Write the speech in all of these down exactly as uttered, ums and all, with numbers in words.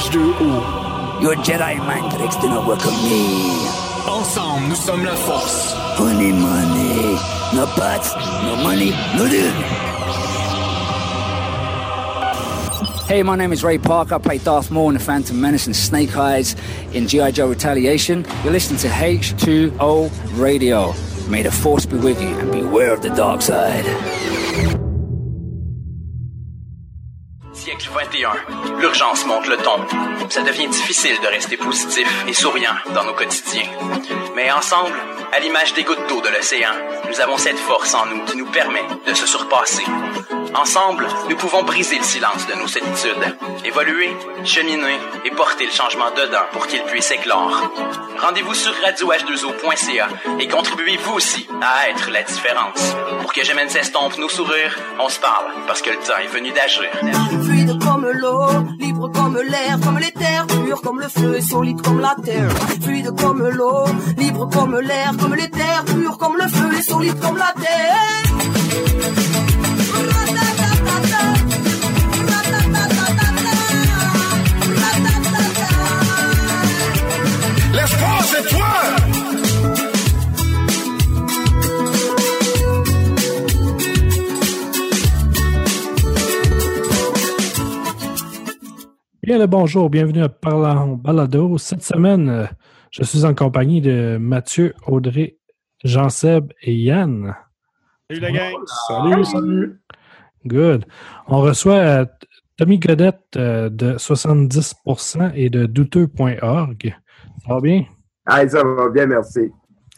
H deux O. Your Jedi mind tricks do not work on me. Ensemble, nous sommes la force. Money, money. No pots, no money, no deal. Hey, my name is Ray Parker. I play Darth Maul in The Phantom Menace and Snake Eyes in G I. Joe Retaliation. You're listening to H two O Radio. May the Force be with you and beware of the dark side. Siècle vingt et un. L'urgence monte le ton. Ça devient difficile de rester positif et souriant dans nos quotidiens. Mais ensemble, à l'image des gouttes d'eau de l'océan, nous avons cette force en nous qui nous permet de se surpasser. Ensemble, nous pouvons briser le silence de nos solitudes, évoluer, cheminer et porter le changement dedans pour qu'il puisse éclore. Rendez-vous sur radio h deux o point c a et contribuez vous aussi à être la différence. Pour que jamais ne s'estompe nos sourires, on se parle parce que le temps est venu d'agir. Fluide comme l'eau, libre comme l'air, comme les terres, pur comme le feu et solide comme la terre. Fluide comme l'eau, libre comme l'air, comme les terres, pur comme le feu et solide comme la terre. L'espoir, c'est toi! Bien le bonjour, bienvenue à Parlant Balado. Cette semaine, euh, je suis en compagnie de Mathieu, Audrey, Jean-Seb et Yann. Salut la gang! Salut, salut! Good. On reçoit euh, Tommy Godette euh, de soixante-dix pour cent et de douteux point org. Ça va bien? Ah, ça va bien, merci.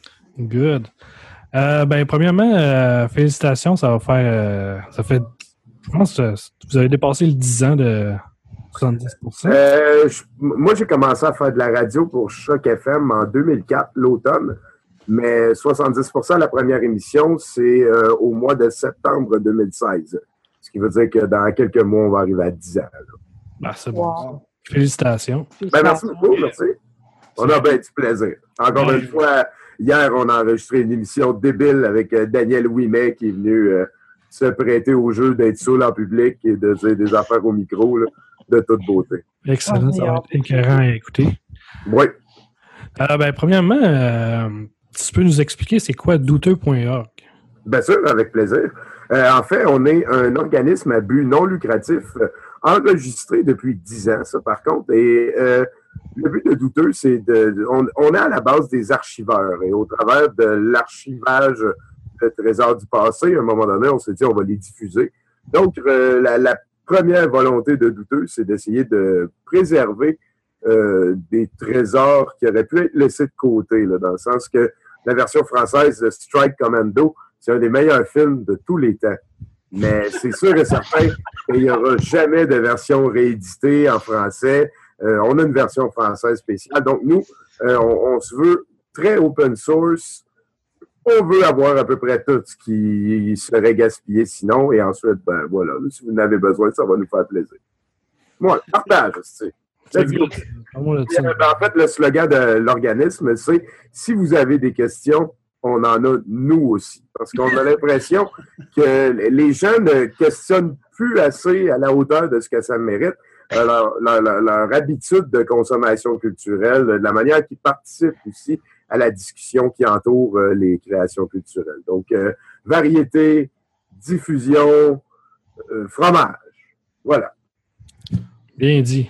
Good. Euh, ben, premièrement, euh, félicitations, ça va faire... Euh, ça fait... Je pense que vous avez dépassé le dix ans de soixante-dix pour cent. Euh, je, moi, j'ai commencé à faire de la radio pour Choc F M en deux mille quatre, l'automne. Mais soixante-dix pour cent de la première émission, c'est euh, au mois de septembre deux mille seize. Ce qui veut dire que dans quelques mois, on va arriver à dix ans. Ben, c'est bon. Wow. Félicitations. Ben, merci beaucoup, merci. On a bien du plaisir. Encore ouais. une fois, hier, on a enregistré une émission débile avec euh, Daniel Ouimet qui est venu euh, se prêter au jeu d'être saoul en public et de dire des affaires au micro là, de toute beauté. Excellent, ça va être écœurant à écouter. Oui. Euh, ben, premièrement, euh, tu peux nous expliquer c'est quoi douteux point org? Bien sûr, avec plaisir. Euh, en fait, on est un organisme à but non lucratif euh, enregistré depuis dix ans, ça par contre. Et euh, le but de Douteux, c'est de... On, on est à la base des archiveurs. Et au travers de l'archivage de Trésors du passé, à un moment donné, on s'est dit on va les diffuser. Donc, euh, la, la première volonté de Douteux, c'est d'essayer de préserver euh, des trésors qui auraient pu être laissés de côté, là, dans le sens que la version française de Strike Commando, c'est un des meilleurs films de tous les temps. Mais c'est sûr et certain qu'il n'y aura jamais de version rééditée en français. Euh, on a une version française spéciale. Donc, nous, euh, on, on se veut très open source. On veut avoir à peu près tout ce qui serait gaspillé sinon. Et ensuite, ben voilà, si vous en avez besoin, ça va nous faire plaisir. Moi, partage, tu sais. Let's go. En fait, le slogan de l'organisme, c'est « Si vous avez des questions, on en a nous aussi. » Parce qu'on a l'impression que les gens ne questionnent plus assez à la hauteur de ce que ça mérite. Leur, leur, leur, leur habitude de consommation culturelle, de la manière qu'ils participent aussi à la discussion qui entoure euh, les créations culturelles. Donc, euh, variété, diffusion, euh, fromage. Voilà. Bien dit.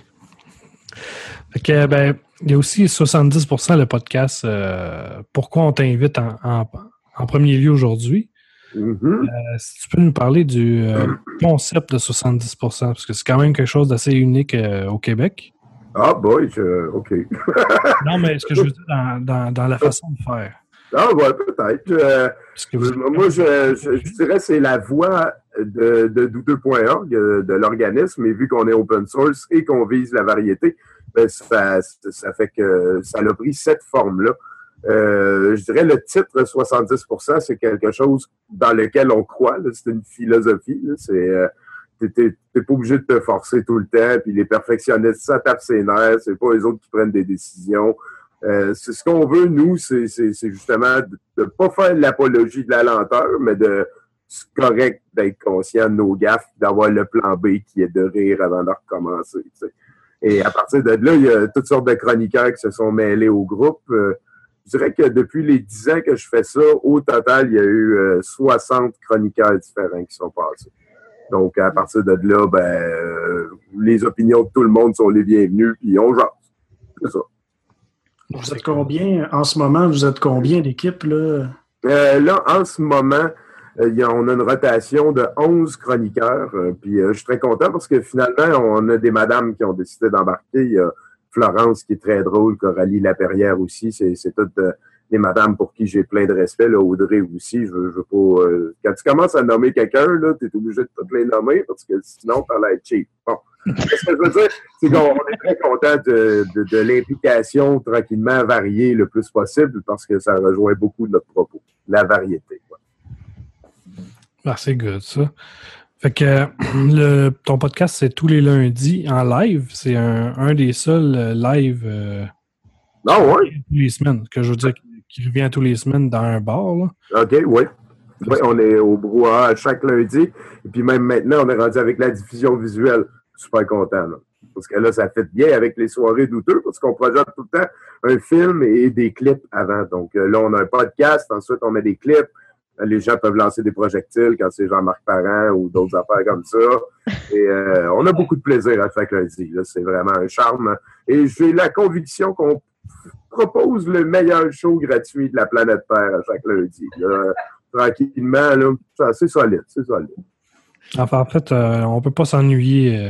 Fait que, ben, il y a aussi soixante-dix pour cent le podcast euh, Pourquoi on t'invite en, en, en premier lieu aujourd'hui. Mm-hmm. Euh, si tu peux nous parler du euh, concept de soixante-dix pour cent, parce que c'est quand même quelque chose d'assez unique euh, au Québec. Ah, boy, je... OK. Non, mais ce que je veux dire dans, dans, dans la façon de faire. Ah, ouais, peut-être. Euh, vous... Moi, je, je, je dirais que c'est la voix de, de douteux point org, de l'organisme, et vu qu'on est open source et qu'on vise la variété, ben, ça, ça fait que ça a pris cette forme-là. Euh, je dirais le titre soixante-dix pour cent, c'est quelque chose dans lequel on croit. Là, c'est une philosophie. Là, c'est, euh, t'es, t'es, t'es pas obligé de te forcer tout le temps. Puis les perfectionnistes, ça tape ses nerfs. C'est pas les autres qui prennent des décisions. Euh, c'est ce qu'on veut, nous, c'est, c'est, c'est justement de ne pas faire l'apologie de la lenteur, mais de c'est correct d'être conscient de nos gaffes, d'avoir le plan B qui est de rire avant de recommencer. T'sais. Et à partir de là, il y a toutes sortes de chroniqueurs qui se sont mêlés au groupe. Euh, je dirais que depuis les dix ans que je fais ça, au total, il y a eu euh, soixante chroniqueurs différents qui sont passés. Donc, à partir de là, ben, euh, les opinions de tout le monde sont les bienvenues, puis on jase. C'est ça. Vous êtes combien en ce moment? Vous êtes combien d'équipes, là? Euh, là, en ce moment, euh, y a, on a une rotation de onze chroniqueurs. Euh, puis euh, je suis très content parce que finalement, on a des madames qui ont décidé d'embarquer. Il y a Florence qui est très drôle, Coralie Laperrière aussi. C'est, c'est toutes euh, des madames pour qui j'ai plein de respect. Là, Audrey aussi. Je veux, je veux pas. Euh, quand tu commences à nommer quelqu'un, là, tu es obligé de toutes les nommer parce que sinon, ça va être cheap. Bon. Ce que je veux dire, c'est qu'on est très content de, de, de l'implication tranquillement variée le plus possible parce que ça rejoint beaucoup notre propos, la variété. Quoi. Ah, c'est good, ça. Fait que le, ton podcast, c'est tous les lundis en live. C'est un, un des seuls live euh, non, ouais. tous les semaines. Que je veux dire, qui revient tous les semaines dans un bar. Là. OK, oui. Oui, on est au brouhaha chaque lundi. Et puis même maintenant, on est rendu avec la diffusion visuelle. Super content, là. Parce que là, ça fait bien avec les soirées douteux, parce qu'on projette tout le temps un film et des clips avant. Donc là, on a un podcast, ensuite on met des clips. Les gens peuvent lancer des projectiles quand c'est Jean-Marc Parent ou d'autres affaires comme ça. Et euh, on a beaucoup de plaisir à chaque lundi. Là. C'est vraiment un charme. Et j'ai la conviction qu'on propose le meilleur show gratuit de la planète Terre à chaque lundi. Là, tranquillement, là, c'est assez solide, c'est solide. Enfin, en fait, euh, on peut pas s'ennuyer. Euh...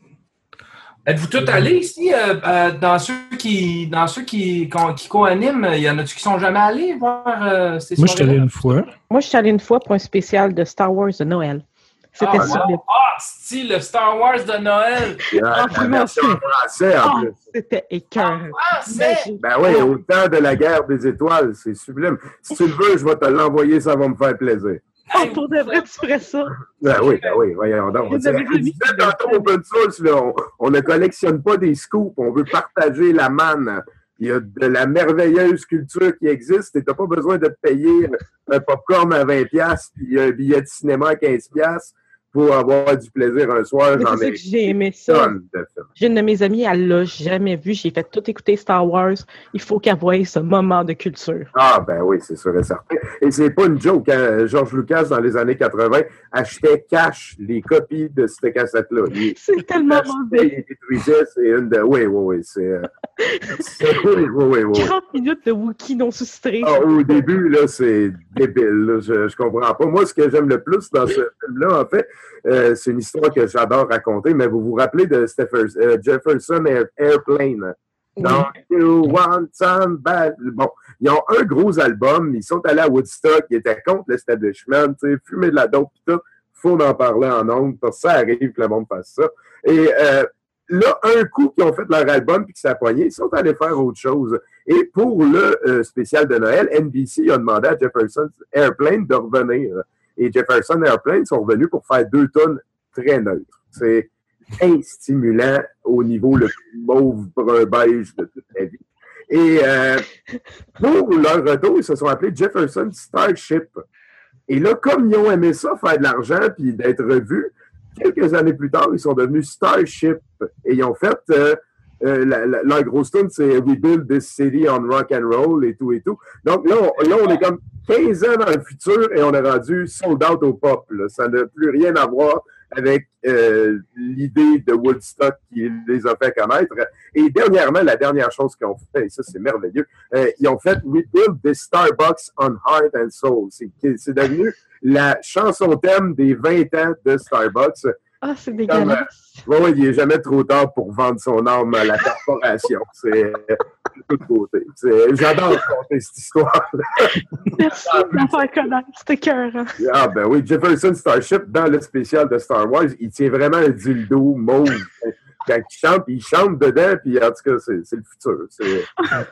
Êtes-vous tous allés ici? Euh, euh, dans ceux qui dans ceux qui, qui co-animent, il y en a-tu qui sont jamais allés voir euh, ces Moi, je suis allé une fois. Moi, je suis allé une fois pour un spécial de Star Wars de Noël. C'était ah, solide. Ah, style le Star Wars de Noël! Ah, ah, français, en oh, plus. C'était écœurant. Français! Ben oui, au temps de la guerre des étoiles, c'est sublime. Si tu le veux, je vais te l'envoyer, ça va me faire plaisir. Oh, pour de vrai, tu ferais ça? Ben oui, ben oui, voyons donc. On disait tantôt open source, là, on, on ne collectionne pas des scoops, on veut partager la manne. Il y a de la merveilleuse culture qui existe et tu n'as pas besoin de te payer un popcorn à vingt dollars puis un billet de cinéma à quinze dollars pour avoir du plaisir un soir. J'en ai que j'ai aimé ça. J'ai une de mes amies, elle l'a jamais vu. J'ai fait tout écouter Star Wars. Il faut qu'elle voie ce moment de culture. Ah, ben oui, c'est sûr et certain. Et c'est pas une joke. Hein? George Lucas, dans les années quatre-vingt, achetait cash les copies de cette cassette-là. Il, c'est tellement mauvais. Il détruisait, c'est une de... Oui, oui, oui. C'est... c'est... Oui, oui, oui. trente minutes de Wookiee non suscités. Ah, au début, là, c'est débile. Là. Je, je comprends pas. Moi, ce que j'aime le plus dans ce film-là, en fait, Euh, c'est une histoire que j'adore raconter, mais vous vous rappelez de Stepher, euh, Jefferson Air, Airplane? Oui. Don't you want some bad... Bon, ils ont un gros album, ils sont allés à Woodstock, ils étaient contre l'establishment, tu sais, fumer de la dope pis tout, faut en parler en ondes, parce que ça arrive que le monde fasse ça. Et euh, là, un coup qu'ils ont fait leur album puis que ça a poigné, ils sont allés faire autre chose. Et pour le euh, spécial de Noël, N B C a demandé à Jefferson Airplane de revenir. Et Jefferson Airplane sont revenus pour faire deux tonnes très neutres. C'est instimulant au niveau le plus mauve brun beige de toute la vie. Et euh, pour leur retour, ils se sont appelés Jefferson Starship. Et là, comme ils ont aimé ça, faire de l'argent puis d'être revus, quelques années plus tard, ils sont devenus Starship. Et ils ont fait... Euh, Euh, la, la, leur grosse tune, c'est We Build This City on Rock and Roll et tout et tout. Donc là, on, là, on est comme quinze ans dans le futur et on est rendu sold out au pop. Là. Ça n'a plus rien à voir avec euh, l'idée de Woodstock qui les a fait connaître. Et dernièrement, la dernière chose qu'ils ont fait, et ça c'est merveilleux, euh, ils ont fait We Build This Starbucks on Heart and Soul. C'est, c'est devenu la chanson thème des vingt ans de Starbucks. Ah, c'est dégueulasse. Oui, oui, il n'est jamais trop tard pour vendre son âme à la corporation. C'est de toute beauté. C'est, j'adore raconter cette histoire-là. Merci de me faire connaître. C'était écœurant. Ah, ben oui, Jefferson Starship, dans le spécial de Star Wars, il tient vraiment un dildo mauve. Quand il chante, il chante dedans, puis en tout cas, c'est, c'est le futur. C'est...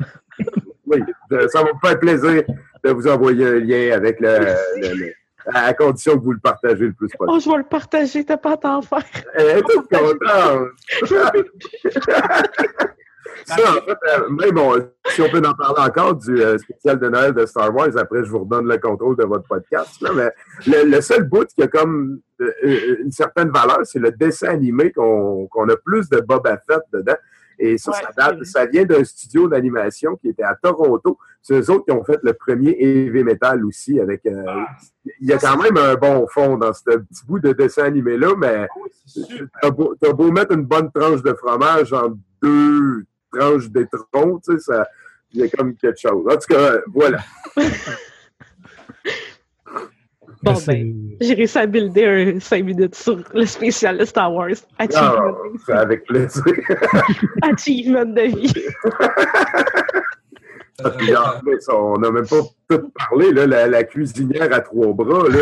Oui, ça va me faire plaisir de vous envoyer un lien avec le... le, le à condition que vous le partagez le plus possible. Oh, je vais le partager, t'as pas à t'en faire. Elle est toute contente. Ça, en fait, euh, même bon, si on peut en parler encore du euh, spécial de Noël de Star Wars, après je vous redonne le contrôle de votre podcast. Là, mais le, le seul bout qui a comme euh, une certaine valeur, c'est le dessin animé qu'on qu'on a plus de Boba Fett dedans. Et ça, ouais, ça, date, ça vient d'un studio d'animation qui était à Toronto. C'est eux autres qui ont fait le premier heavy metal aussi. Avec, euh, ah, il y a quand même un bon fond dans ce petit bout de dessin animé-là, mais t'as beau, t'as beau mettre une bonne tranche de fromage en deux tranches d'étron, tu sais, ça, il y a comme quelque chose. En tout cas, voilà. Bon, ben, j'ai réussi à builder un cinq minutes sur le spécial de Star Wars. Achievement. Oh, c'est avec plaisir. Achievement de vie. Ah, puis, en plus, on n'a même pas tout parlé, là, la, la cuisinière à trois bras. Là.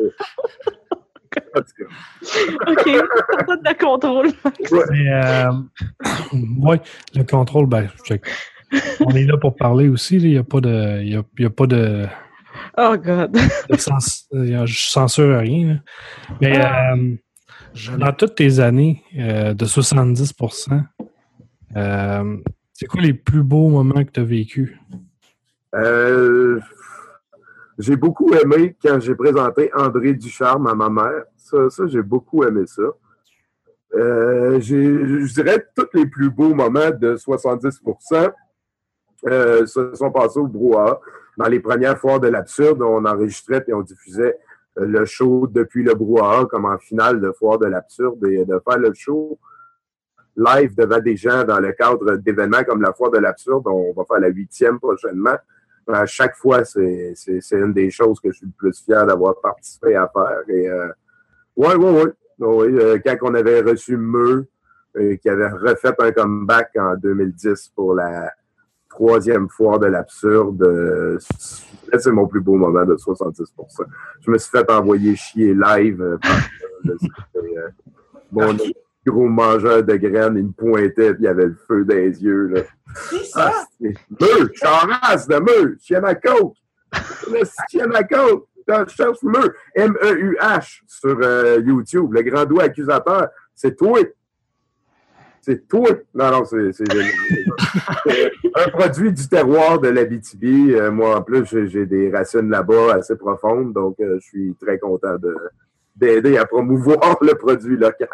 En tout cas. OK, on donne le contrôle. Ouais. Mais, euh, ouais, le contrôle, ben, check. On est là pour parler aussi. Il n'y a pas de... Il y a, y a pas de... Oh, God. Sens, je censure rien. Là. Mais euh, dans toutes tes années euh, de soixante-dix pour cent, euh, c'est quoi les plus beaux moments que tu as vécus? Euh, j'ai beaucoup aimé quand j'ai présenté André Ducharme à ma mère. Ça, ça j'ai beaucoup aimé ça. Euh, j'ai, je dirais que tous les plus beaux moments de soixante-dix pour cent euh, se sont passés au brouhaha. Dans les premières foires de l'absurde, on enregistrait et on diffusait le show depuis le brouhaha comme en finale de foire de l'absurde et de faire le show live devant des gens dans le cadre d'événements comme la foire de l'absurde. On va faire la huitième prochainement. À chaque fois, c'est, c'est, c'est une des choses que je suis le plus fier d'avoir participé à faire. Et euh, ouais, ouais, ouais. ouais euh, quand on avait reçu Meu, euh, qui avait refait un comeback en deux mille dix pour la troisième foire de l'absurde, euh, c'est mon plus beau moment de soixante-dix pour cent. Je me suis fait envoyer chier live euh, par euh, euh, mon gros mangeur de graines, il me pointait et il avait le feu dans les yeux. Là. C'est ça? Ah, Meu, charrasse de Meu, chienne à coke. Chienne à coke. Je cherche Meu, M E U H sur euh, YouTube. Le grand doigt accusateur, c'est toi. C'est toi. Non, non, c'est, c'est, c'est un produit du terroir de l'Abitibi. Euh, moi, en plus, j'ai, j'ai des racines là-bas assez profondes, donc euh, je suis très content de, d'aider à promouvoir le produit local.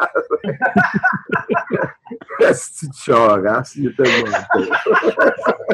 La petite charasse, il est tellement beau.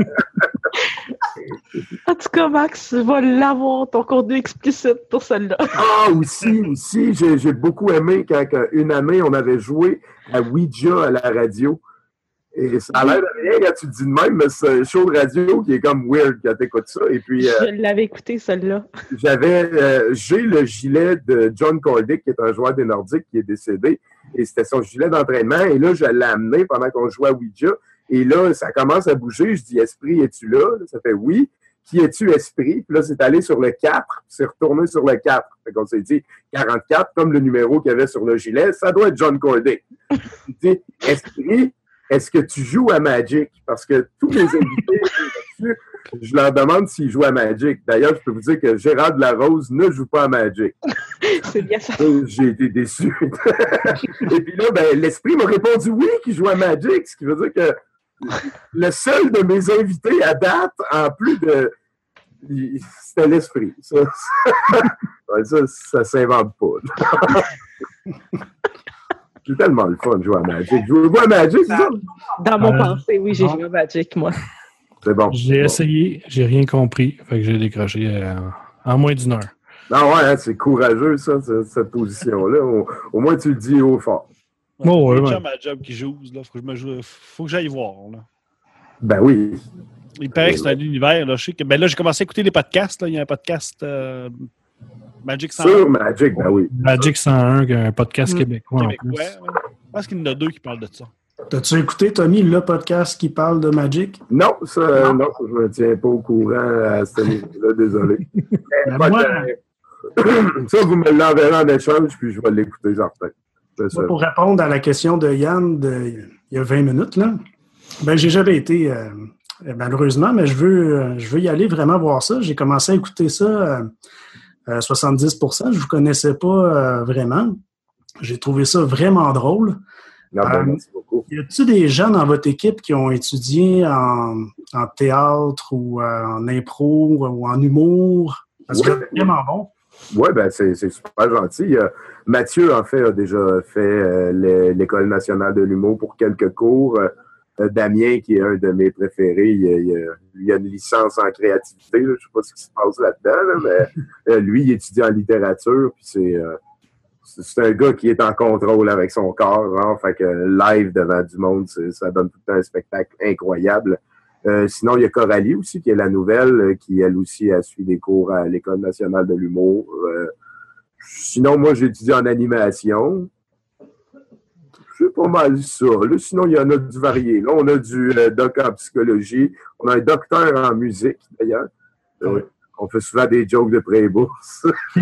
En tout cas, Max, tu vas l'avoir, ton contenu explicite pour celle-là. Ah, aussi, aussi, j'ai, j'ai beaucoup aimé quand, quand une année, on avait joué à Ouija à la radio. Et ça a l'air de rien quand tu le dis de même, mais c'est un show de radio qui est comme weird quand t'écoutes ça. Et puis, euh, je l'avais écouté, celle-là. J'avais, euh, j'ai le gilet de John Coldick, qui est un joueur des Nordiques qui est décédé. Et c'était son gilet d'entraînement. Et là, je l'ai amené pendant qu'on jouait à Ouija. Et là, ça commence à bouger. Je dis, Esprit, es-tu là? Ça fait oui. Qui es-tu, Esprit? Puis là, c'est allé sur le quatre, c'est retourné sur le quatre. Fait qu'on s'est dit, quarante-quatre, comme le numéro qu'il y avait sur le gilet, ça doit être John Coldick. Je dis, Esprit, est-ce que tu joues à Magic? Parce que tous les invités, je leur demande s'ils jouent à Magic. D'ailleurs, je peux vous dire que Gérard Delarose ne joue pas à Magic. C'est bien ça. J'ai été déçu. Et puis là, ben, l'Esprit m'a répondu oui qu'il joue à Magic, ce qui veut dire que le seul de mes invités à date, en plus de... C'était l'Esprit. Ça, ça, ça, ça s'invente pas. C'est tellement le fun de jouer à Magic. Jouez-vous à Magic, c'est ça? Dans mon euh, pensée, oui, j'ai non. joué à Magic, moi. C'est bon. J'ai bon. essayé, j'ai rien compris. Fait que j'ai décroché euh, en moins d'une heure. Non, ouais, hein, c'est courageux, ça, cette, cette position-là. Au, au moins, tu le dis haut fort. Ouais, oh, ouais, ouais. ouais. Ma job qui joue, là. Faut que, je me joue, faut que j'aille voir. Là. Ben oui. Il paraît que c'est un univers. Là, je sais que, ben là, j'ai commencé à écouter les podcasts. Là. Il y a un podcast euh, Magic cent un. Sur Magic, ben oui. Magic cent un, un podcast mmh. québécois, québécois en plus. Ouais. Je pense qu'il y en a deux qui parlent de ça. T'as-tu écouté, Tommy, le podcast qui parle de Magic? Non, ça, non, non je ne me tiens pas au courant à ce niveau-là, désolé. Ben moi, ça, vous me l'enverrez en échange, puis je vais l'écouter, certain. Moi, pour répondre à la question de Yann de, il y a vingt minutes, là, ben, j'ai jamais été, euh, malheureusement, mais je veux, euh, je veux y aller vraiment voir ça. J'ai commencé à écouter ça euh, à soixante-dix pour cent. Je ne vous connaissais pas euh, vraiment. J'ai trouvé ça vraiment drôle. Non, ben, merci beaucoup. Y a-t-il des gens dans votre équipe qui ont étudié en, en théâtre ou euh, en impro ou en humour? Parce que c'est vraiment bon. Oui, ben c'est, c'est super gentil. Euh, Mathieu, en fait, a déjà fait euh, l'École nationale de l'humour pour quelques cours. Euh, Damien, qui est un de mes préférés, il, il, il a une licence en créativité. Là. Je ne sais pas ce qui se passe là-dedans, là, mais euh, lui, il étudie en littérature. Puis c'est, euh, c'est un gars qui est en contrôle avec son corps. Hein, fait que live devant du monde, ça donne tout le temps un spectacle incroyable. Euh, sinon, il y a Coralie aussi, qui est la nouvelle, qui, elle aussi, a suivi des cours à l'École nationale de l'humour. Euh, sinon, moi, j'ai étudié en animation. C'est pas mal ça. Là, sinon, il y en a du varié. Là, on a du euh, doc en psychologie. On a un docteur en musique, d'ailleurs. Euh, oui. On fait souvent des jokes de pré-bourse.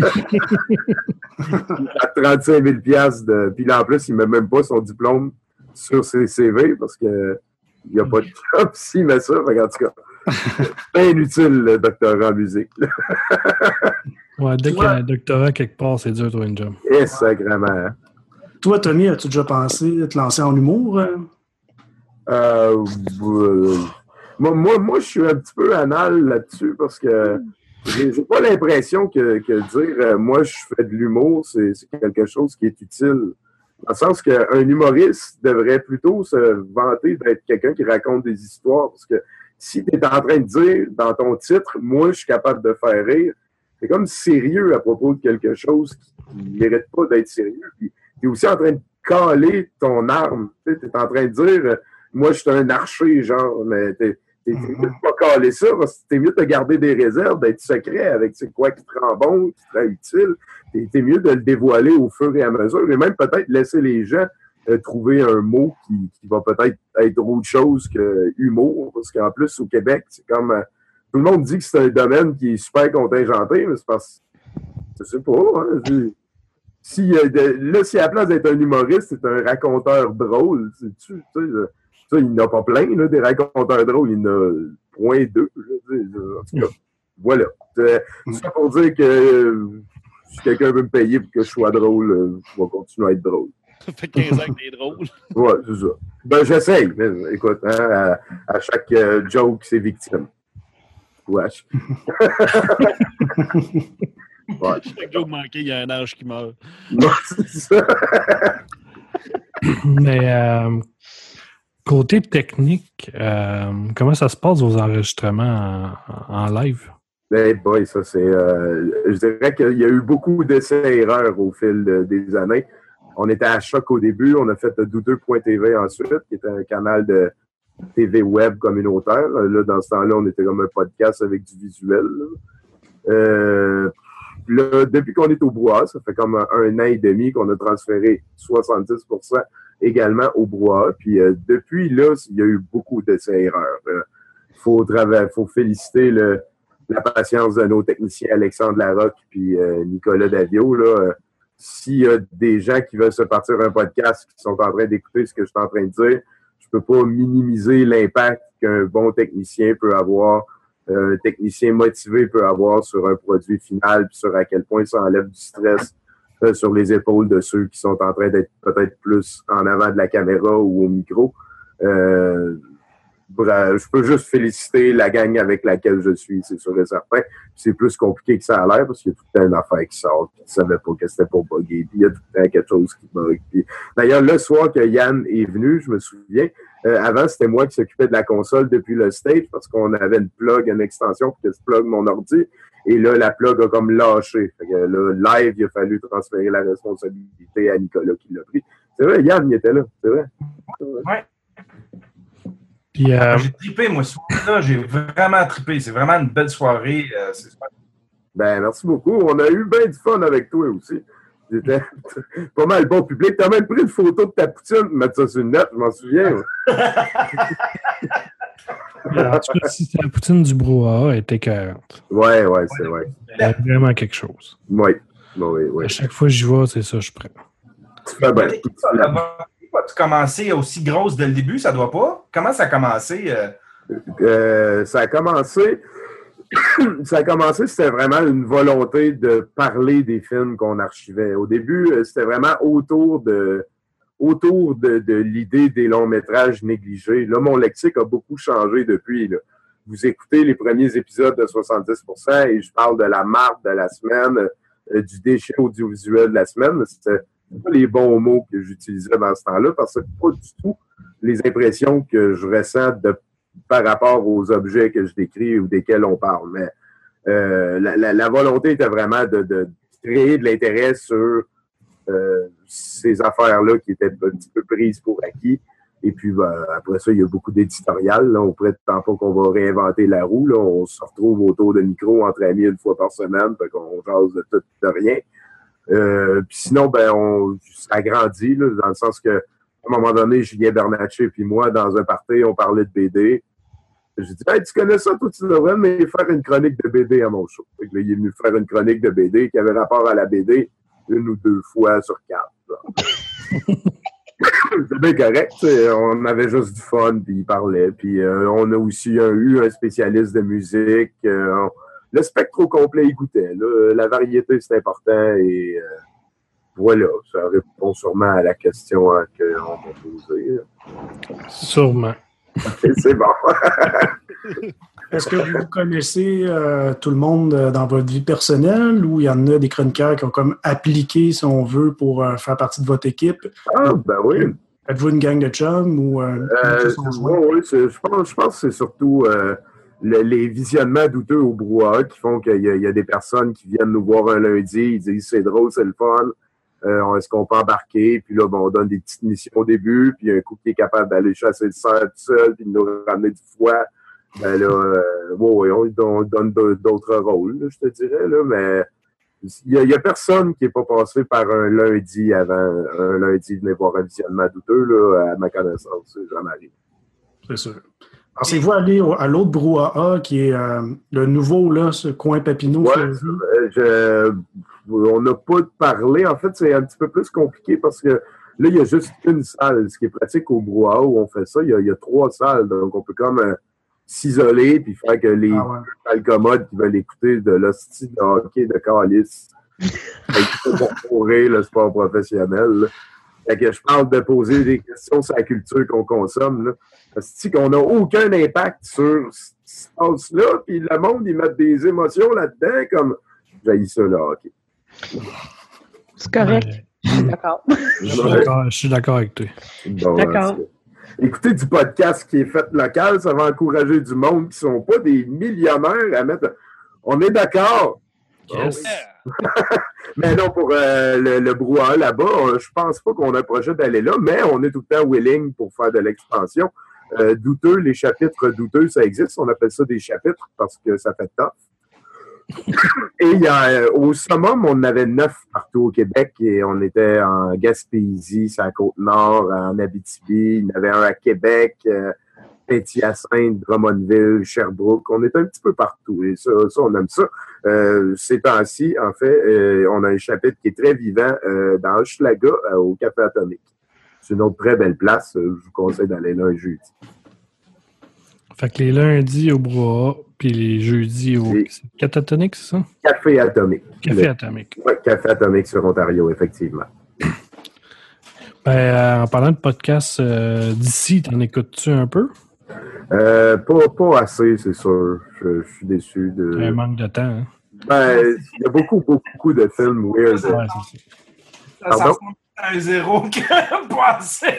À trente-cinq mille dollars. De... Puis là, en plus, il ne met même pas son diplôme sur ses C V parce que il n'y a pas de job s'il met ça. En tout cas, c'est inutile, le doctorat en musique. Ouais, dès qu'il y a un doctorat quelque part, c'est dur de trouver une job. Et sacrément. Toi, Tony, as-tu déjà pensé te lancer en humour? Euh, euh, moi, moi, moi, je suis un petit peu anal là-dessus parce que j'ai, j'ai pas l'impression que, que dire euh, moi, je fais de l'humour, c'est, c'est quelque chose qui est utile. Dans le sens qu'un humoriste devrait plutôt se vanter d'être quelqu'un qui raconte des histoires. Parce que si tu es en train de dire dans ton titre, moi, je suis capable de faire rire, c'est comme sérieux à propos de quelque chose qui ne mérite pas d'être sérieux. Puis, tu es aussi en train de caler ton arme. Tu es en train de dire, moi, je suis un archer, genre, mais t'es, t'es, t'es mieux de pas caler ça, parce que t'es mieux de te garder des réserves, d'être secret avec c'est quoi qui te rend bon, qui te rend utile. T'es, t'es mieux de le dévoiler au fur et à mesure, et même peut-être laisser les gens euh, trouver un mot qui, qui va peut-être être autre chose que humour, parce qu'en plus, au Québec, c'est comme... Euh, tout le monde dit que c'est un domaine qui est super contingenté, mais c'est parce que... Je sais pas, hein, je, si, euh, de, là, si à la place d'être un humoriste, c'est un raconteur drôle, tu sais, ça, il n'y en a pas plein, là, des raconteurs drôles, il y en a point deux, en tout cas, voilà. C'est ça pour dire que euh, si quelqu'un veut me payer pour que je sois drôle, euh, je vais continuer à être drôle. Ça fait quinze ans que t'es drôle. Ouais, c'est ça. Ben, j'essaye, mais écoute, hein, à, à chaque euh, joke, c'est victime. Wesh. Ouais. Chaque joke manqué, il y a un ange qui meurt. Non, c'est ça. Mais euh, côté technique, euh, comment ça se passe vos enregistrements en, en live? Hey boy, ça c'est. Euh, je dirais qu'il y a eu beaucoup d'essais-erreurs au fil de, des années. On était à Choc au début, on a fait douteux point t v ensuite, qui était un canal de T V web communautaire. Là, dans ce temps-là, on était comme un podcast avec du visuel. Là. Euh, Là, depuis qu'on est au Brouhaha, ça fait comme un, un an et demi qu'on a transféré soixante-dix pour cent également au Brouhaha. Puis euh, depuis là, il y a eu beaucoup d'essais-erreurs. Il euh, faut, trava- faut féliciter le, la patience de nos techniciens Alexandre Larocque puis euh, Nicolas Davio. Là, euh, s'il y a des gens qui veulent se partir un podcast qui sont en train d'écouter ce que je suis en train de dire, je peux pas minimiser l'impact qu'un bon technicien peut avoir. Un technicien motivé peut avoir sur un produit final, puis sur à quel point ça enlève du stress euh, sur les épaules de ceux qui sont en train d'être peut-être plus en avant de la caméra ou au micro. Euh, bref, je peux juste féliciter la gang avec laquelle je suis, c'est sûr et certain. Puis c'est plus compliqué que ça a l'air parce qu'il y a tout le temps une affaire qui sort, puis tu savais pas que c'était pas buggé, puis il y a tout le temps quelque chose qui bug. Puis, d'ailleurs, le soir que Yann est venu, je me souviens, Euh, avant, c'était moi qui s'occupais de la console depuis le stage parce qu'on avait une plug, une extension pour que je plug mon ordi. Et là, la plug a comme lâché. Fait que là, live, il a fallu transférer la responsabilité à Nicolas qui l'a pris. C'est vrai, Yann, il était là. C'est vrai. Ouais. Puis, euh... J'ai trippé, moi, ce soir-là. J'ai vraiment trippé. C'est vraiment une belle soirée. Euh, c'est... Ben, merci beaucoup. On a eu bien du fun avec toi aussi. C'était pas mal bon public. T'as même pris une photo de ta poutine, mettre ça sur une note, je m'en souviens. En tout cas, si la poutine du Brouhaha était écœurante. Ouais, ouais, c'est vrai. Il y a vraiment quelque chose. Oui, oui, oui. À chaque fois que j'y vais, c'est ça, je prends. Ah ben, as-tu commencé aussi grosse dès le début? Ça doit pas? Comment ça a commencé? Euh... Euh, ça a commencé... Ça a commencé, c'était vraiment une volonté de parler des films qu'on archivait. Au début, c'était vraiment autour de autour de, de l'idée des longs métrages négligés. Là, mon lexique a beaucoup changé depuis. Là. Vous écoutez les premiers épisodes de soixante-dix pour cent et je parle de la marque de la semaine, euh, du déchet audiovisuel de la semaine. C'était pas les bons mots que j'utilisais dans ce temps-là parce que c'est pas du tout les impressions que je ressens de, par rapport aux objets que je décris ou desquels on parle. Mais euh, la, la, la volonté était vraiment de, de créer de l'intérêt sur euh, ces affaires-là qui étaient un petit peu prises pour acquis. Et puis, ben, après ça, il y a beaucoup d'éditorial. Là. On prétend pas qu'on va réinventer la roue. Là. On se retrouve autour de micro entre amis une fois par semaine, fait qu'on jase de tout de rien. Euh, puis sinon, ben, on ça grandit, là, dans le sens que, à un moment donné, Julien Bernatchez puis moi, dans un party, on parlait de B D. J'ai dit, hey, tu connais ça, toi, tu devrais me faire une chronique de B D à mon show. Fait que là, il est venu faire une chronique de B D qui avait rapport à la B D une ou deux fois sur quatre. C'est bien correct. T'sais. On avait juste du fun, puis il parlait. Puis euh, on a aussi un, eu un spécialiste de musique. Euh, on, le spectre au complet écoutait. Là. La variété, c'est important. Et euh, voilà, ça répond sûrement à la question hein, qu'on m'a posée. Sûrement. C'est bon. Est-ce que vous connaissez euh, tout le monde euh, dans votre vie personnelle ou il y en a des chroniqueurs qui ont comme appliqué, si on veut, pour euh, faire partie de votre équipe? Ah, ben oui. Êtes-vous une gang de chums ou... Euh, euh, oui, je pense, je pense que c'est surtout euh, le, les visionnements douteux au brouhaha qui font qu'il y, y a des personnes qui viennent nous voir un lundi, ils disent c'est drôle, c'est le fun, euh, est-ce qu'on peut embarquer? Puis là, bon, on donne des petites missions au début, puis un coup qui est capable d'aller chasser le cerf tout seul, puis de nous ramener du foie. Ben là, euh, ouais, on, on donne d'autres rôles, là, je te dirais, là, mais il n'y a, a personne qui n'est pas passé par un lundi avant, un lundi venir voir un visionnement douteux, là, à ma connaissance, j'en arrive. C'est sûr. Pensez-vous aller au, à l'autre brouhaha qui est euh, le nouveau, là, ce coin Papineau? Ouais, je, on n'a pas parlé. En fait, c'est un petit peu plus compliqué parce que là, il y a juste une salle. Ce qui est pratique au brouhaha où on fait ça, il y a, il y a trois salles. Donc, on peut comme euh, s'isoler puis faire que les ah ouais. alcommodes qui veulent écouter de l'hostie de hockey de calice pour pourrir le sport professionnel. Là. Fait que je parle de poser des questions sur la culture qu'on consomme. Là. Parce qu'on n'a aucun impact sur ce qui se passe là, puis le monde, ils mettent des émotions là-dedans, comme j'haïs ça, là, OK. C'est correct. Ouais. Je suis d'accord. Je suis d'accord avec toi. Bon, d'accord. Écoutez du podcast qui est fait local, ça va encourager du monde qui ne sont pas des millionnaires à mettre. On est d'accord. Yes. Mais non, pour euh, le, le brouhaha là-bas, je pense pas qu'on a un projet d'aller là, mais on est tout le temps willing pour faire de l'expansion. Euh, douteux, les chapitres douteux, ça existe. On appelle ça des chapitres parce que ça fait tough. Et il y a, euh, au summum, on en avait neuf partout au Québec et on était en Gaspésie, sur la Côte-Nord, en Abitibi. Il y en avait un à Québec, euh, Saint-Hyacinthe, Drummondville, Sherbrooke. On est un petit peu partout et ça, ça on aime ça. Euh, ces temps-ci, en fait, euh, on a un chapitre qui est très vivant euh, dans Hochelaga, euh, au Café Atomique. C'est une autre très belle place. Je vous conseille d'aller là un jeudi. Fait que les lundis au brouhaha, puis les jeudis au Café Atomique, c'est ça? Café Atomique. Café Le... Atomique. Oui, Café Atomique sur Ontario, effectivement. Ben, euh, en parlant de podcast euh, d'ici, t'en écoutes-tu un peu? Euh, pas, pas assez, c'est sûr. Je, je suis déçu de... Un manque de temps, hein? Ben, il y a beaucoup, beaucoup, beaucoup de films weird. Ouais, c'est ça. Ça ressemble à un zéro que pas assez.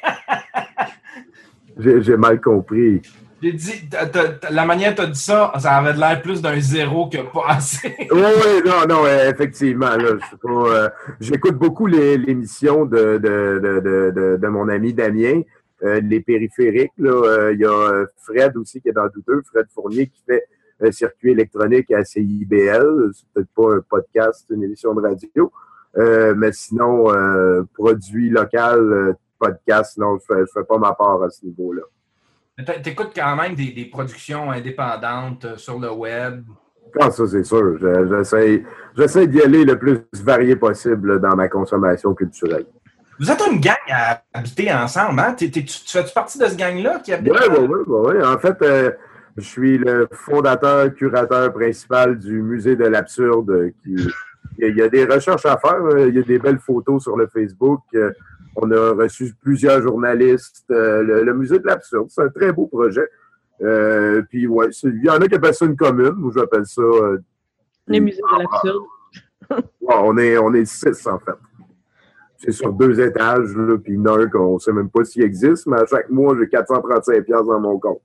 j'ai, j'ai mal compris. J'ai dit, t'as, t'as, la manière dont tu as dit ça, ça avait l'air plus d'un zéro que pas assez. Oui, oui, non, non, effectivement. Là, je sais pas, euh, j'écoute beaucoup les, l'émission de, de, de, de, de, de mon ami Damien, euh, Les Périphériques. Il euh, y a Fred aussi qui est dans Douteux, Fred Fournier qui fait un circuit électronique à C I B L. C'est peut-être pas un podcast, c'est une émission de radio. Euh, mais sinon, euh, produit local, euh, podcast, non, je fais, je fais pas ma part à ce niveau-là. Tu écoutes quand même des, des productions indépendantes sur le web? Ah, ça, c'est sûr. Je, j'essaie, j'essaie d'y aller le plus varié possible dans ma consommation culturelle. Vous êtes une gang à habiter ensemble, hein? T'es, t'es, tu, tu fais-tu partie de ce gang-là qui habite? Oui, oui, oui. Ouais. En fait, euh, je suis le fondateur, curateur principal du Musée de l'Absurde. Qui, il y a des recherches à faire. Il y a des belles photos sur le Facebook. On a reçu plusieurs journalistes. Euh, le, le musée de l'absurde, c'est un très beau projet. Euh, puis, ouais, il y en a qui appellent ça une commune. Moi, j'appelle ça... Euh, le musée de l'absurde. Ouais, on est, on est six, en fait. C'est sur deux étages, là, puis il y en a un qu'on ne sait même pas s'il existe, mais à chaque mois, j'ai quatre cent trente-cinq dollars dans mon compte.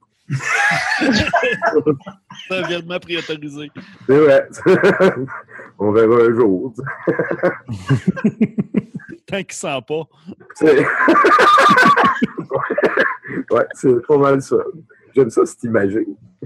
C'est un virement préautorisé. C'est vrai. On verra un jour. Tant qu'il ne sent pas. C'est... ouais, c'est pas mal ça. J'aime ça, c'est imagé.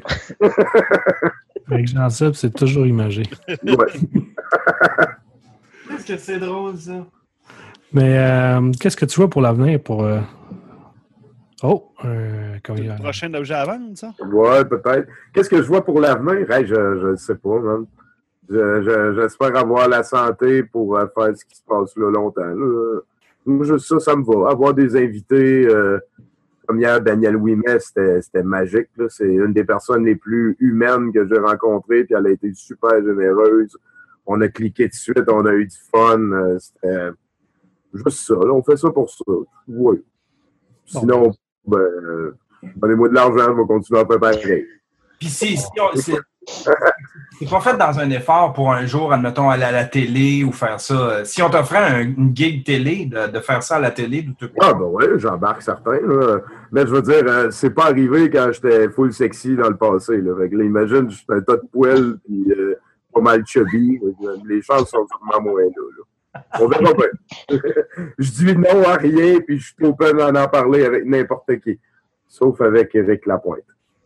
Avec Jean-Seb, c'est toujours imagé. Ouais. Qu'est-ce que c'est drôle, ça? Mais euh, qu'est-ce que tu vois pour l'avenir pour. Euh... Oh, euh, comment il y a. Le prochain objet à vendre, ça? Ouais, peut-être. Qu'est-ce que je vois pour l'avenir? Hey, je ne sais pas, man. Je, je, j'espère avoir la santé pour euh, faire ce qui se passe là longtemps. Là. Moi, juste ça, ça me va. Avoir des invités, euh, comme hier, Daniel Ouimet, c'était, c'était magique. Là. C'est une des personnes les plus humaines que j'ai rencontrées, puis elle a été super généreuse. On a cliqué de suite, on a eu du fun. Euh, c'était juste ça. Là. On fait ça pour ça. Oui. Sinon, ben, euh, donnez-moi de l'argent, je vais continuer à faire pareil. Puis si, si on, c'est, c'est pas fait dans un effort pour un jour, admettons, aller à la télé ou faire ça. Si on t'offrait un, une gig télé, de, de faire ça à la télé, de tout. Ah ben oui, j'embarque certain. Là. Mais je veux dire, euh, c'est pas arrivé quand j'étais full sexy dans le passé. Là. Fait que là, imagine, j'étais un tas de poils puis euh, pas mal chubby. Les chances sont vraiment moins là. là. On verra bien. Je dis non à rien puis je suis open à en parler avec n'importe qui. Sauf avec Éric Lapointe.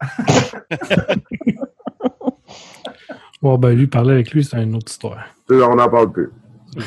Bon, ben lui, parler avec lui, c'est une autre histoire. On n'en parle plus.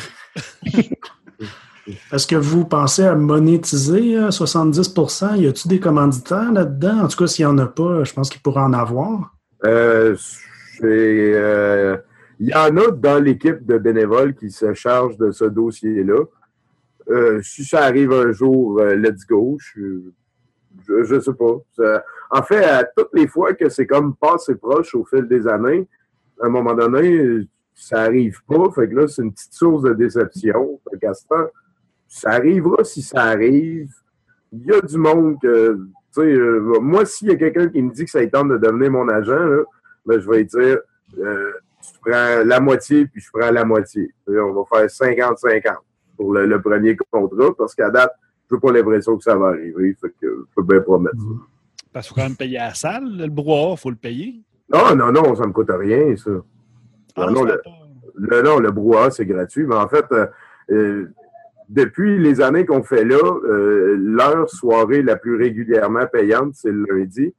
Est-ce que vous pensez à monétiser à soixante-dix pour cent? Y a-t-il des commanditaires là-dedans? En tout cas, s'il n'y en a pas, je pense qu'il pourrait en avoir. Euh, c'est, euh, il y en a dans l'équipe de bénévoles qui se chargent de ce dossier-là. Euh, si ça arrive un jour, euh, let's go. Je, je sais pas. Ça, en fait, à toutes les fois que c'est comme passé proche au fil des années, à un moment donné, ça arrive pas. Fait que là, c'est une petite source de déception. Fait qu'à ce temps, ça arrivera si ça arrive. Il y a du monde que, tu sais, euh, moi, s'il y a quelqu'un qui me dit que ça tente de devenir mon agent, là, ben, je vais lui dire, euh, tu prends la moitié, puis je prends la moitié. Et on va faire cinquante cinquante pour le, le premier contrat, parce qu'à date, je n'ai pas l'impression que ça va arriver. Fait que je peux bien promettre ça. Parce qu'il faut quand même payer à la salle, le brouhaha, il faut le payer. Non, non, non, ça ne me coûte rien, ça. Ah, non, non, le, le, non, le brouhaha, c'est gratuit. Mais en fait, euh, euh, depuis les années qu'on fait là, euh, leur soirée la plus régulièrement payante, c'est le lundi.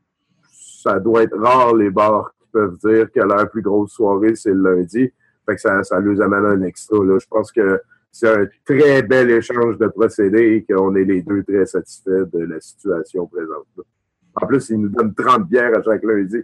Ça doit être rare, les bars qui peuvent dire que leur plus grosse soirée, c'est le lundi. Fait que ça, ça leur amène un extra. Là. Je pense que c'est un très bel échange de procédés et qu'on est les deux très satisfaits de la situation présente. Là. En plus, ils nous donnent trente bières à chaque lundi.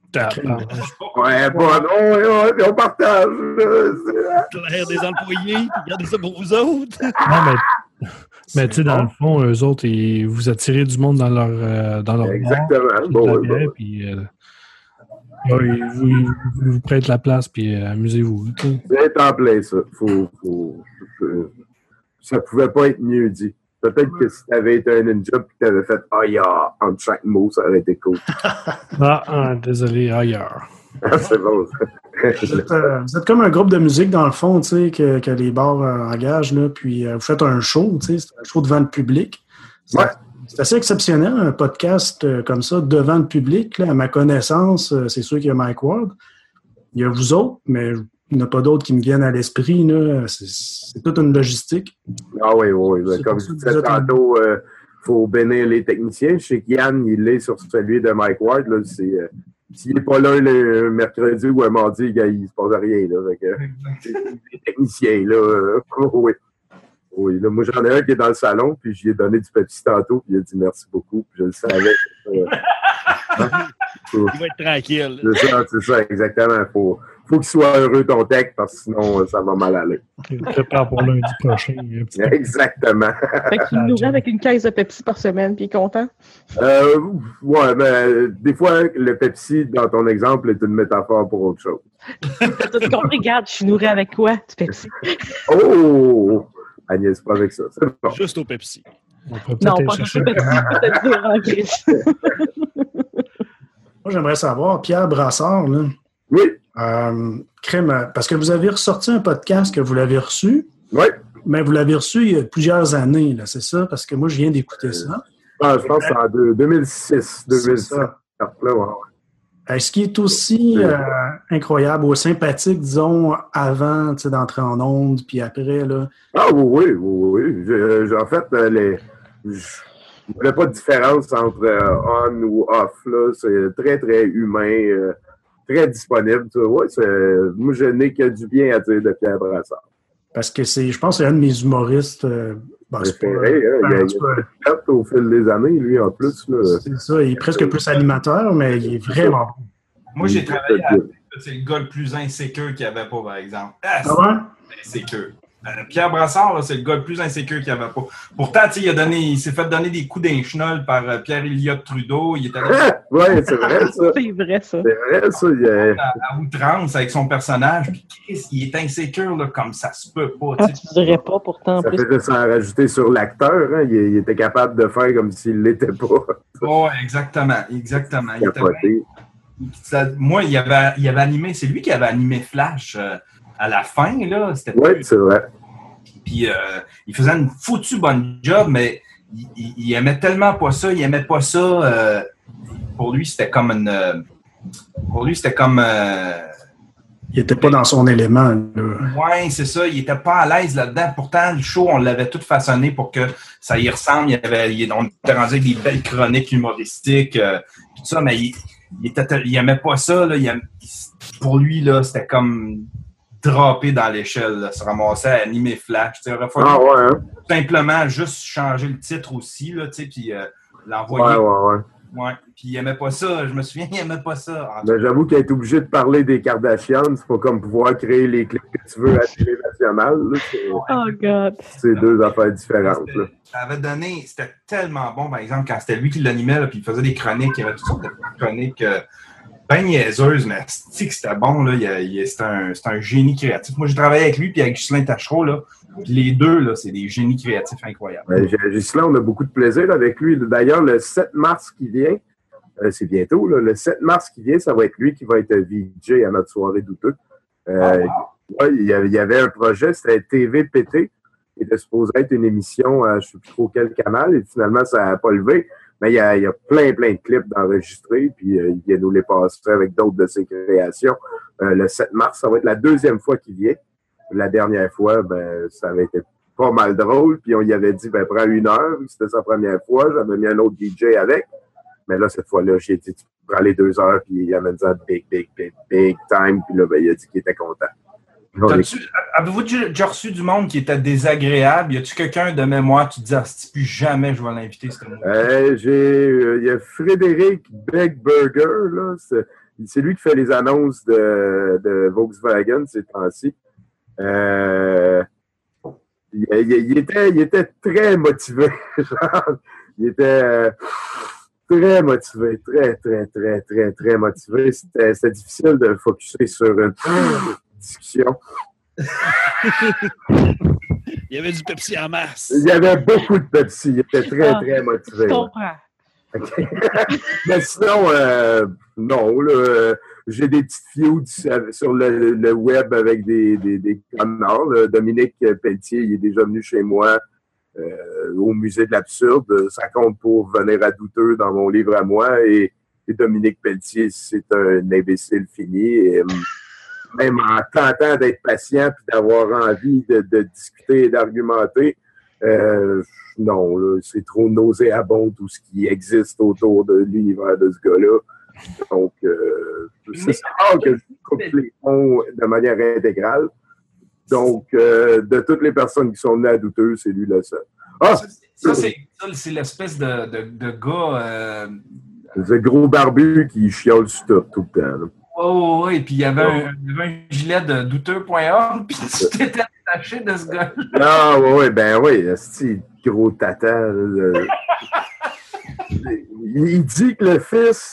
Ouais, bon, non, ouais, on partage. Claire des employés, puis gardez ça pour vous autres. Non, mais, mais tu sais, dans le fond, eux autres, ils vous attirez du monde dans leur euh, dans leur exactement. Bar, bon, ouais, bière, bon. Puis, euh, ouais, vous, vous, vous prêtez la place, puis euh, amusez-vous. C'est en plein, ça. Faut, faut, faut, ça pouvait pas être mieux dit. Peut-être que si tu avais été un ninja et que tu avais fait « ailleurs » entre chaque mot, ça aurait été cool. Ah, ah désolé, ailleurs. Ah, c'est bon. Vous êtes, euh, vous êtes comme un groupe de musique, dans le fond, tu sais, que, que les bars euh, engagent, là, puis euh, vous faites un show, tu sais, c'est un show devant le public. C'est, ouais. c'est assez exceptionnel, un podcast euh, comme ça, devant le public. Là, à ma connaissance, euh, c'est sûr qu'il y a Mike Ward. Il y a vous autres, mais il n'y en a pas d'autres qui me viennent à l'esprit. Là. C'est, c'est toute une logistique. Ah oui, oui. oui. Comme je disais tantôt, il euh, faut bénir les techniciens. Je sais qu'Yann, il est sur celui de Mike Ward. Là, c'est, euh, s'il n'est pas là le mercredi ou un mardi, il ne se passe rien. Là, avec, euh, les techniciens, là, euh, oui. Oui, là, moi, j'en ai un qui est dans le salon, puis je lui ai donné du Pepsi tantôt, puis il a dit merci beaucoup, puis je le savais. Euh, hein? Il va être tranquille. C'est ça, c'est ça, exactement. Il faut, faut qu'il soit heureux, ton tech, parce que sinon, ça va mal aller. Il prépare pour lundi prochain. Exactement. Fait que tu le nourris avec une caisse de Pepsi par semaine, puis il est content? Euh, ouais, mais des fois, le Pepsi, dans ton exemple, est une métaphore pour autre chose. Tu as compris, regarde, je suis nourri avec quoi? Du Pepsi. Oh! Elle niaise pas avec ça. C'est bon. Juste au Pepsi. Non, pas juste au Pepsi, peut-être dire en Chris. Moi, j'aimerais savoir, Pierre Brassard, là. Oui. Euh, crème, parce que vous avez ressorti un podcast que vous l'avez reçu. Oui. Mais vous l'avez reçu il y a plusieurs années, là, c'est ça? Parce que moi, je viens d'écouter euh, ça. Ah, je pense que c'est en deux mille six, deux mille sept. Là, ouais, ouais. Est-ce qu'il est aussi euh, incroyable ou sympathique, disons, avant d'entrer en onde, puis après, là? Ah oui, oui, oui, oui. Je, je, en fait, les, je ne voulais pas de différence entre euh, on ou off, là. C'est très, très humain, euh, très disponible. Tu vois. Ouais, moi, je n'ai que du bien à dire de Pierre Brassard. Parce que c'est, je pense que c'est un de mes humoristes euh, bon, préférés. Hein, il, a, il a fait au fil des années, lui, en plus. Là. C'est ça, il est presque plus animateur, mais il est vraiment bon. Moi, j'ai travaillé avec c'est le gars le plus insécure qu'il n'y avait pas, par exemple. Ah, c'est ah ouais? Insécure. Euh, Pierre Brassard, là, c'est le gars le plus insécure qu'il n'y avait pas. Pourtant, il, a donné, il s'est fait donner des coups d'un chenol par euh, Pierre Elliott Trudeau. Il est allé... Oui, c'est vrai, ça. C'est vrai, ça. C'est vrai, ça. Il a... à, à outrance avec son personnage. Puis, Chris, il est insécure là, comme ça se peut pas. Ah, tu ne dirais pas, pourtant. En ça plus. fait juste en rajouter sur l'acteur. Hein. Il, il était capable de faire comme s'il ne l'était pas. Oui, exactement. Exactement. Il était bien... Ça, moi, il avait, il avait animé... C'est lui qui avait animé Flash euh, à la fin, là. Oui, c'est vrai. Puis euh, il faisait une foutue bonne job, mais il, il, il aimait tellement pas ça, il aimait pas ça. Euh, pour lui, c'était comme une. Euh, pour lui, c'était comme. Euh, il était pas dans son élément. Oui, c'est ça. Il était pas à l'aise là-dedans. Pourtant, le show, on l'avait tout façonné pour que ça y ressemble. Il y avait, il, on était rendu avec des belles chroniques humoristiques, euh, tout ça, mais il, il, était, il aimait pas ça. Là, il aimait, pour lui, là, c'était comme. Drapé dans l'échelle, se ramasser à animer Flash. Il aurait fallu ah, ouais, hein? simplement juste changer le titre aussi, puis euh, l'envoyer. Ouais, ouais, ouais. Ouais. Puis il n'aimait pas ça. Je me souviens, il n'aimait pas ça. Ben, j'avoue qu'il est obligé de parler des Kardashians. C'est pas comme pouvoir créer les clips que tu veux à la télé nationale. Là. Oh, God. C'est deux affaires différentes. Là. Ça avait donné... C'était tellement bon, par exemple, quand c'était lui qui l'animait, puis il faisait des chroniques. Il y avait toutes sortes de chroniques... Euh, ben niaiseuse, mais c'est que c'était bon, là. C'était un, un génie créatif. Moi, j'ai travaillé avec lui puis avec Ghislain Tachereau, là. Puis les deux, là, c'est des génies créatifs incroyables. Ben, Ghislain, on a beaucoup de plaisir avec lui. D'ailleurs, le sept mars qui vient, euh, c'est bientôt, là, le sept mars qui vient, ça va être lui qui va être V J à notre soirée douteux. Euh, oh, wow. Ouais, il y avait un projet, c'était T V P T. Il était supposé être une émission à je ne sais plus trop quel canal, et finalement, ça n'a pas levé. Mais il y, a, il y a plein, plein de clips d'enregistrés, puis euh, il vient nous les passer avec d'autres de ses créations. Euh, le sept mars, ça va être la deuxième fois qu'il vient. La dernière fois, ben, ça avait été pas mal drôle, puis on y avait dit, ben, prends une heure, c'était sa première fois, j'avais mis un autre D J avec. Mais là, cette fois-là, j'ai dit, tu prends les deux heures, puis il amène ça big, big, big, big time, puis là, ben, il a dit qu'il était content. Avez-vous déjà reçu du monde qui était désagréable? Y a-tu quelqu'un de mémoire qui te dit, ah, si plus jamais je vais l'inviter, ce mot? Euh, j'ai, euh, y a Frédéric Beckberger, là. C'est, c'est lui qui fait les annonces de, de Volkswagen ces temps-ci. Euh, il, il, il, était, il était très motivé. Genre, il était euh, très motivé, très, très, très, très, très motivé. C'était, c'était difficile de focusser sur une discussion. Il y avait du Pepsi en masse. Il y avait beaucoup de Pepsi. Il était très, ah, très motivé. Je comprends. Okay. Mais sinon, euh, non, là, j'ai des petites feuds sur le, le web avec des, des, des connards. Là. Dominique Pelletier, il est déjà venu chez moi euh, au Musée de l'Absurde. Ça compte pour venir à douteux dans mon livre à moi. Et, et Dominique Pelletier, c'est un imbécile fini. Et, même en tentant d'être patient et d'avoir envie de, de discuter et d'argumenter, euh, non, là, c'est trop nauséabond tout ce qui existe autour de l'univers de ce gars-là. Donc, euh, c'est rare que je coupe les ponts de manière intégrale. Donc, euh, de toutes les personnes qui sont venues à douteux, c'est lui le seul. Ah! Ça, ça, c'est, ça c'est l'espèce de, de, de gars... Euh... C'est le gros barbu qui chiale sur tout, tout le temps. Là. Oh, oui, puis il y avait, oh. un, il y avait un gilet de douteux point org, puis tu t'étais attaché de ce gars-là. Ah, oui, oui, ben oui, c'est gros tata. Là, il dit que le fils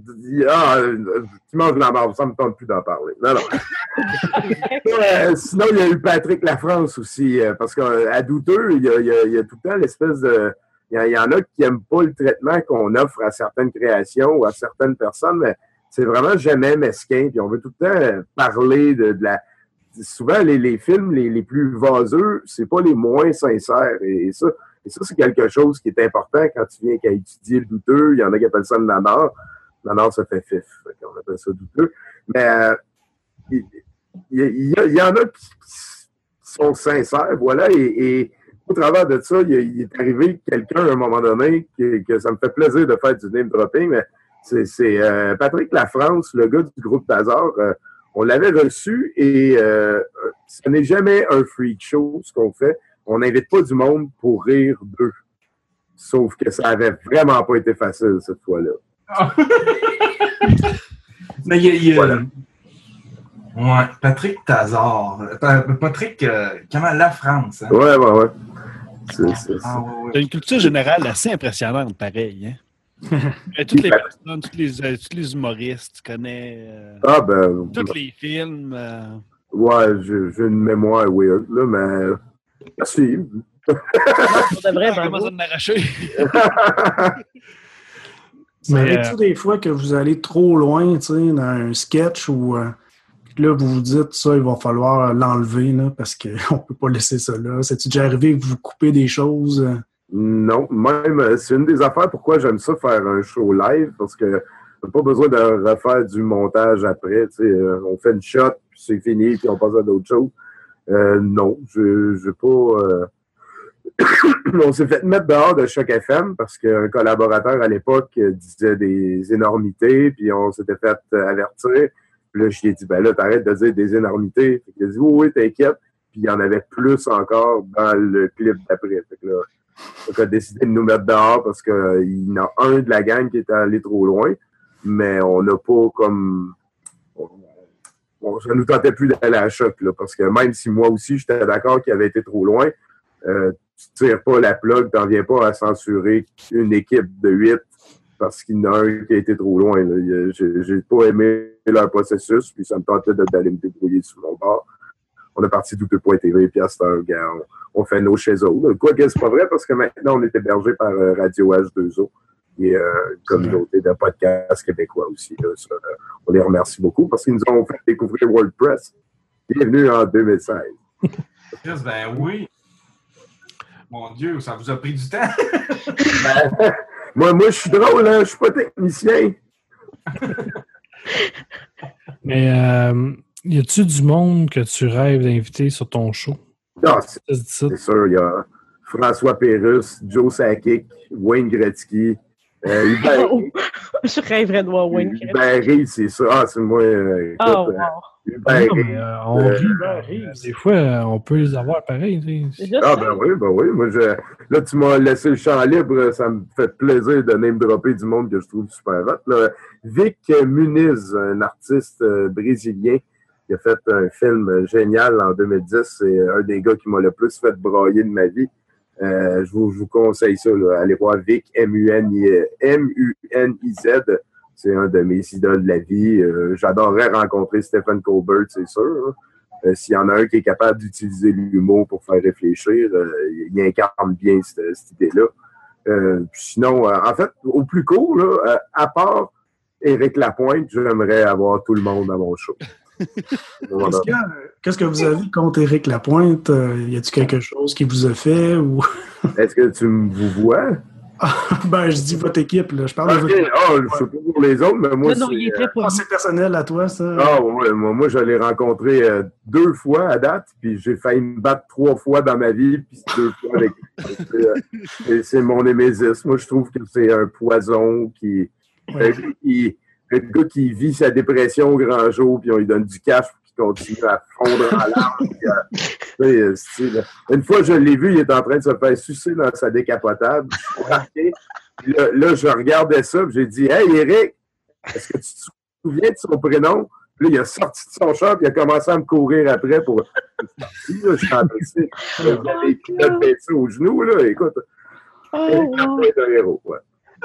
ah, tu manges la marde, ça me tente plus d'en parler. Non, non. euh, sinon, il y a eu Patrick Lafrance aussi, euh, parce qu'à Douteux, il y a, il y a, il y a tout le temps l'espèce de... Il y, y en a qui n'aiment pas le traitement qu'on offre à certaines créations ou à certaines personnes, mais c'est vraiment jamais mesquin. Puis on veut tout le temps parler de, de la... Souvent, les, les films les, les plus vaseux, c'est pas les moins sincères. Et, et ça, et ça c'est quelque chose qui est important quand tu viens qu'à étudier le douteux. Il y en a qui appellent ça le nanar. Le nanar, ça fait fif. On appelle ça douteux. Mais euh, il, il, il, y a, il y en a qui, qui sont sincères, voilà, et... et au travers de ça, il, il est arrivé quelqu'un à un moment donné que, que ça me fait plaisir de faire du name dropping, mais c'est, c'est euh, Patrick Lafrance, le gars du groupe Tazar. Euh, on l'avait reçu et euh, ce n'est jamais un freak show, ce qu'on fait. On n'invite pas du monde pour rire d'eux. Sauf que ça avait vraiment pas été facile cette fois-là. Mais il y a... Voilà. Ouais, Patrick Tazar. Patrick, euh, comment Lafrance, hein? Ouais, ouais, ouais. C'est, c'est, ah, ouais. T'as une culture générale assez impressionnante, pareil. Hein? toutes les personnes, tous les, euh, tous les humoristes, tu connais euh, ah, ben, tous les films. Euh... Ouais, j'ai, j'ai une mémoire weird, là, mais merci. C'est vrai, je commence à m'arracher. Mais arrive-tu euh... des fois que vous allez trop loin, tu sais, dans un sketch ou... Euh... Là, vous vous dites, ça, il va falloir l'enlever, là, parce qu'on ne peut pas laisser ça là. C'est-tu déjà arrivé que vous coupez des choses? Non, même, c'est une des affaires pourquoi j'aime ça faire un show live, parce que on n'a pas besoin de refaire du montage après, tu sais, on fait une shot, puis c'est fini, puis on passe à d'autres choses. Euh, non, je n'ai pas... Euh... on s'est fait mettre dehors de Choc F M, parce qu'un collaborateur à l'époque disait des énormités, puis on s'était fait avertir. Puis là, je lui ai dit, ben là, t'arrêtes de dire des énormités. Fait qu'il a dit, oui, oui, t'inquiète. Puis il y en avait plus encore dans le clip d'après. Fait que là, on a décidé de nous mettre dehors parce qu'il y en a un de la gang qui était allé trop loin. Mais on n'a pas comme... On, on, ça nous tentait plus d'aller à Choc, là. Parce que même si moi aussi, j'étais d'accord qu'il avait été trop loin, euh, tu tires pas la plug, t'en viens pas à censurer une équipe de huit parce qu'il y en a un qui a été trop loin. Là. J'ai, j'ai pas aimé leur processus, puis ça me tentait d'aller me débrouiller sur mon bord. On est parti douteux point T V, puis à cette heure, on, on fait nos chez eux. Quoi que c'est pas vrai, parce que maintenant, on est hébergé par euh, Radio H deux O, qui est euh, une communauté de podcasts québécois aussi. Là. Ça, euh, on les remercie beaucoup, parce qu'ils nous ont fait découvrir WordPress. Bienvenue en deux mille seize. Ben oui. Mon Dieu, ça vous a pris du temps. ben, moi, moi, je suis drôle, hein? Je suis pas technicien. Mais euh, y a-tu du monde que tu rêves d'inviter sur ton show? Non, c'est, c'est sûr. Il y a François Pérusse, Joe Sakic, Wayne Gretzky. Euh, Hubert, oh, je rêverais de voir Wayne Gretzky. Hubert, c'est ça. Ah, c'est moi. Euh, écoute, oh, wow. Hubert, non, mais, euh, on euh, euh, des fois, euh, on peut les avoir pareil. Ah, ben oui, ben oui. Moi, je, là, tu m'as laissé le champ libre. Ça me fait plaisir de name-dropper du monde que je trouve super hot. Là. Vic Muniz, un artiste euh, brésilien, qui a fait un film génial en deux mille dix. C'est un des gars qui m'a le plus fait brailler de ma vie. Euh, je, vous, je vous conseille ça. Là. Allez voir Vic, M U N I Z. C'est un de mes idoles de la vie. Euh, j'adorerais rencontrer Stephen Colbert, c'est sûr. Hein. Euh, s'il y en a un qui est capable d'utiliser l'humour pour faire réfléchir, euh, il incarne bien cette, cette idée-là. Euh, sinon, euh, en fait, au plus court, là, euh, à part Éric Lapointe, j'aimerais avoir tout le monde à mon show. Voilà. Qu'est-ce, que, qu'est-ce que vous avez contre Éric Lapointe? Euh, y a-t-il quelque chose qui vous a fait? Ou... Est-ce que tu me vous vois? Ah, ben, je dis votre équipe, là. Je parle okay. de votre équipe. Oh, je sais pas pour les autres, mais moi, non, c'est... Il est très ah, c'est personnel à toi, ça? Ah, ouais, moi, moi, je l'ai rencontré euh, deux fois à date, puis j'ai failli me battre trois fois dans ma vie, puis deux fois avec c'est, euh, c'est, c'est mon némésis. Moi, je trouve que c'est un poison qui... Ouais. Euh, qui le gars qui vit sa dépression au grand jour, puis on lui donne du cash pour qu'il continue à fondre en larmes. Puis, euh, c'est, une fois, je l'ai vu, il est en train de se faire sucer dans sa décapotable. Je suis marqué. Là, là, je regardais ça, puis j'ai dit « Hey, Eric, est-ce que tu te souviens de son prénom? » Puis là, il a sorti de son char, puis il a commencé à me courir après pour... Je suis en train J'avais les pilotes baissés au genou, là. Écoute, oh, Eric Lapointe est un héros, ouais.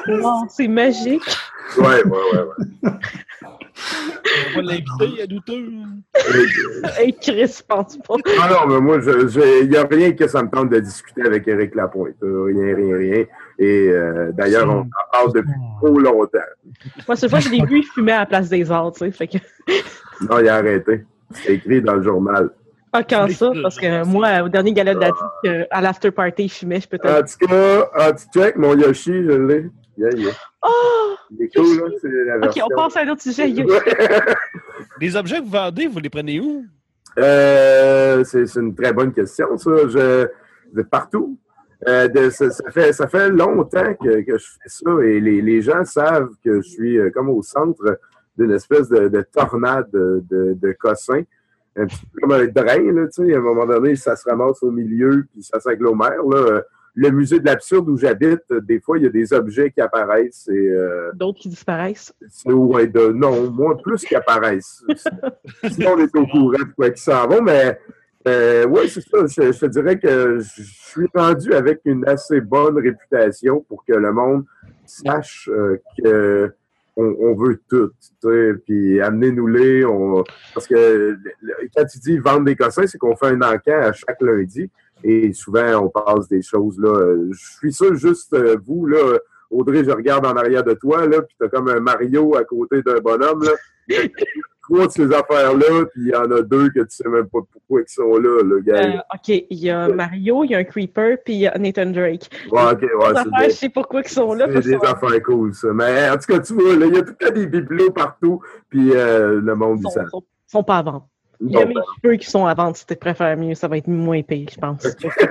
Wow, c'est magique. Ouais, ouais, ouais, ouais. On va l'inviter à douteux. Hey, Chris, je pense pas. Ah non, mais moi, il n'y a rien que ça me tente de discuter avec Éric Lapointe. Rien, rien, rien. Et euh, d'ailleurs, on en parle depuis trop longtemps. Moi, cette fois, je l'ai vu, il fumait à la place des arts, tu sais. Fait que... Non, il a arrêté. C'est écrit dans le journal. Ah, quand ça, parce que moi, au dernier gala de la disque, à l'after party, je fumais, je peux te En tout cas, en tout check, mon Yoshi, je l'ai. Yeah, yeah. Oh! Il est cool, là, c'est la version. Ok, on passe à un autre sujet, Yoshi. Les objets que vous vendez, vous les prenez où? Euh, c'est, c'est une très bonne question, ça. Je, de partout. Euh, de, ça, ça, fait, ça fait longtemps que, que je fais ça et les, les gens savent que je suis euh, comme au centre d'une espèce de, de tornade de, de, de cossins. Un petit peu comme un drain, là, tu sais. À un moment donné, ça se ramasse au milieu puis ça s'agglomère, là. Le musée de l'absurde où j'habite, des fois, il y a des objets qui apparaissent. Et, euh, d'autres qui disparaissent? C'est, ouais, de, non, moins plus qui apparaissent. Sinon, on est au courant de quoi qu'ils s'en vont, mais euh, oui, c'est ça. Je, je te dirais que je suis rendu avec une assez bonne réputation pour que le monde sache euh, que on, on veut tout, tu sais, puis amenez-nous-les. On, parce que quand tu dis vendre des cossins, c'est qu'on fait un encan à chaque lundi. Et souvent, on passe des choses, là. Je suis sûr, juste euh, vous, là, Audrey, je regarde en arrière de toi, là, puis t'as comme un Mario à côté d'un bonhomme, là. Il y a trois de ces affaires-là, puis il y en a deux que tu sais même pas pourquoi ils sont là, le gars. Euh, OK, il y a Mario, il y a un Creeper, puis il y a Nathan Drake. Ouais, OK, ouais. Les affaires, je sais pourquoi ils sont là. C'est des sont... affaires cool, ça. Mais en tout cas, tu vois, là, il y a tout le temps des bibelots partout, puis euh, le monde, ils dit ça. Sont, sont pas à vendre. Il y a mes cheveux qui sont à vendre. Si tu préfères mieux, ça va être moins pire, je pense.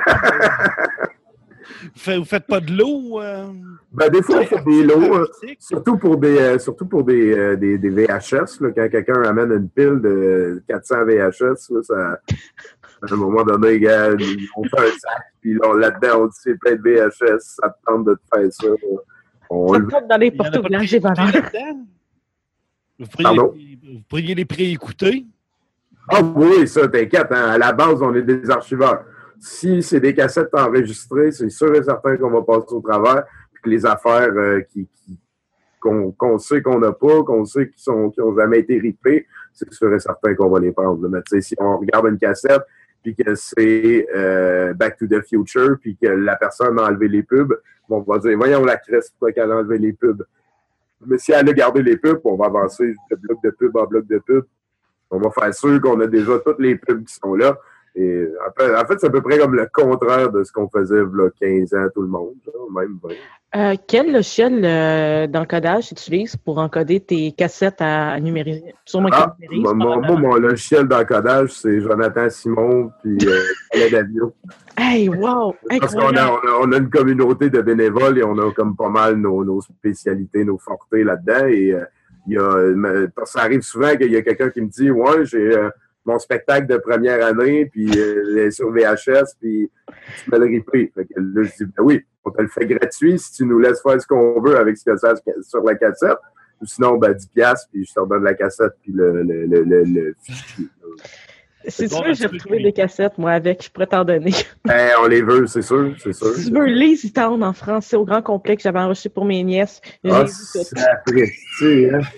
Vous faites pas de l'eau? Euh... Ben, des fois, on fait des lots, euh, surtout pour des, euh, surtout pour des, euh, des, des V H S. Là, quand quelqu'un amène une pile de quatre cents V H S, là, ça, à un moment donné, gars, on fait un sac, puis là, là-dedans, on dit c'est plein de V H S, ça te tente de te faire ça. On ça le... te tente dans les porte-blancs, j'ai valeur. Vous pourriez, vous pourriez les préécouter? Ah oui, ça, t'inquiète. Hein, à la base, on est des archiveurs. Si c'est des cassettes enregistrées, c'est sûr et certain qu'on va passer au travers, puis que les affaires euh, qui, qui, qu'on, qu'on sait qu'on n'a pas, qu'on sait qui sont qui ont jamais été ripées, c'est sûr et certain qu'on va les prendre. Mais tu sais, si on regarde une cassette, puis que c'est euh, Back to the Future, puis que la personne a enlevé les pubs, on va dire, voyons la crisse, pourquoi qu'elle a enlevé les pubs. Mais si elle a gardé les pubs, on va avancer de bloc de pub en bloc de pub. On va faire sûr qu'on a déjà toutes les pubs qui sont là. Et en fait, c'est à peu près comme le contraire de ce qu'on faisait il y a quinze ans, tout le monde. Genre, même vrai. Euh, quel logiciel euh, d'encodage tu utilises pour encoder tes cassettes à, à numériser? Sûrement ah, mon, mon, moi, mon logiciel d'encodage, c'est Jonathan Simon puis euh, Alain Davio. Hey, wow! Parce qu'on a, on a, on a une communauté de bénévoles et on a comme pas mal nos, nos spécialités, nos fortés là-dedans. Et euh, il y a, ça arrive souvent qu'il y a quelqu'un qui me dit « Ouais, j'ai... Euh, mon spectacle de première année, puis euh, sur V H S, puis tu me le replay. Fait que là, je dis, ben oui, on te le fait gratuit si tu nous laisses faire ce qu'on veut avec ce que ça sur la cassette. Ou sinon, ben dix piastres, puis je te redonne la cassette, puis le, le, le, le, le fichier. C'est sûr que j'ai retrouvé des cassettes, moi, avec. Je pourrais t'en donner. Ben, on les veut, c'est sûr, c'est sûr. Si tu veux Lazy Town en français au grand complet que j'avais enregistré pour mes nièces, j'ai ah, vu tout. C'est apprécié, hein?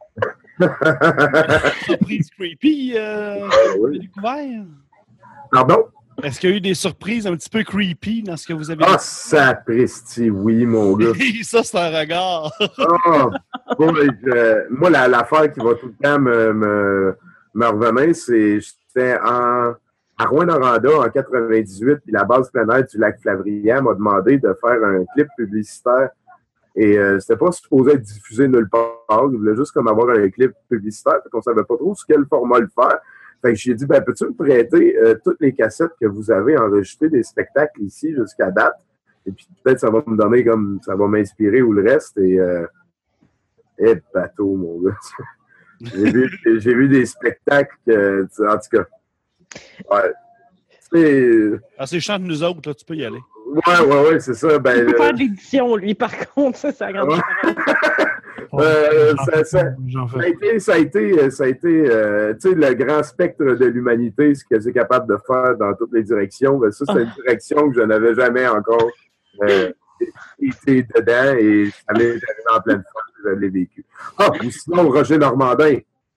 Surprise creepy, euh, oui. découvert. Pardon? Est-ce qu'il y a eu des surprises un petit peu creepy dans ce que vous avez Ah, sapristi, oui, mon gars. Ça, c'est un regard. Ah, bon, je, moi, la, l'affaire qui va tout le temps me, me, me revenir, c'est j'étais en, à Rouyn-Noranda en quatre-vingt-dix-huit, puis la base plein air du lac Flavrier m'a demandé de faire un clip publicitaire. Et euh, c'était pas supposé être diffusé nulle part. Il voulait juste comme avoir un clip publicitaire. Fait qu'on savait pas trop sur quel format le faire. Fait que j'ai dit, ben, peux-tu me prêter euh, toutes les cassettes que vous avez enregistrées des spectacles ici jusqu'à date? Et puis peut-être ça va me donner comme, ça va m'inspirer ou le reste. Et, euh, et bateau, mon gars. j'ai, vu, j'ai vu des spectacles, que, en tout cas. Ouais. C'est... Ah, c'est chant de nous autres, là, tu peux y aller. Ouais, ouais, ouais, c'est ça. Ben, il peut euh... faire de l'édition, lui, par contre. Ça, c'est la grande euh, ça, ça, ça a été, ça a été, ça a été euh, tu sais, le grand spectre de l'humanité, ce que c'est capable de faire dans toutes les directions. Ben, ça, c'est oh. une direction que je n'avais jamais encore euh, été dedans et ça m'est arrivé en pleine fois que je l'ai vécu. Ah, ou sinon, Roger Normandin.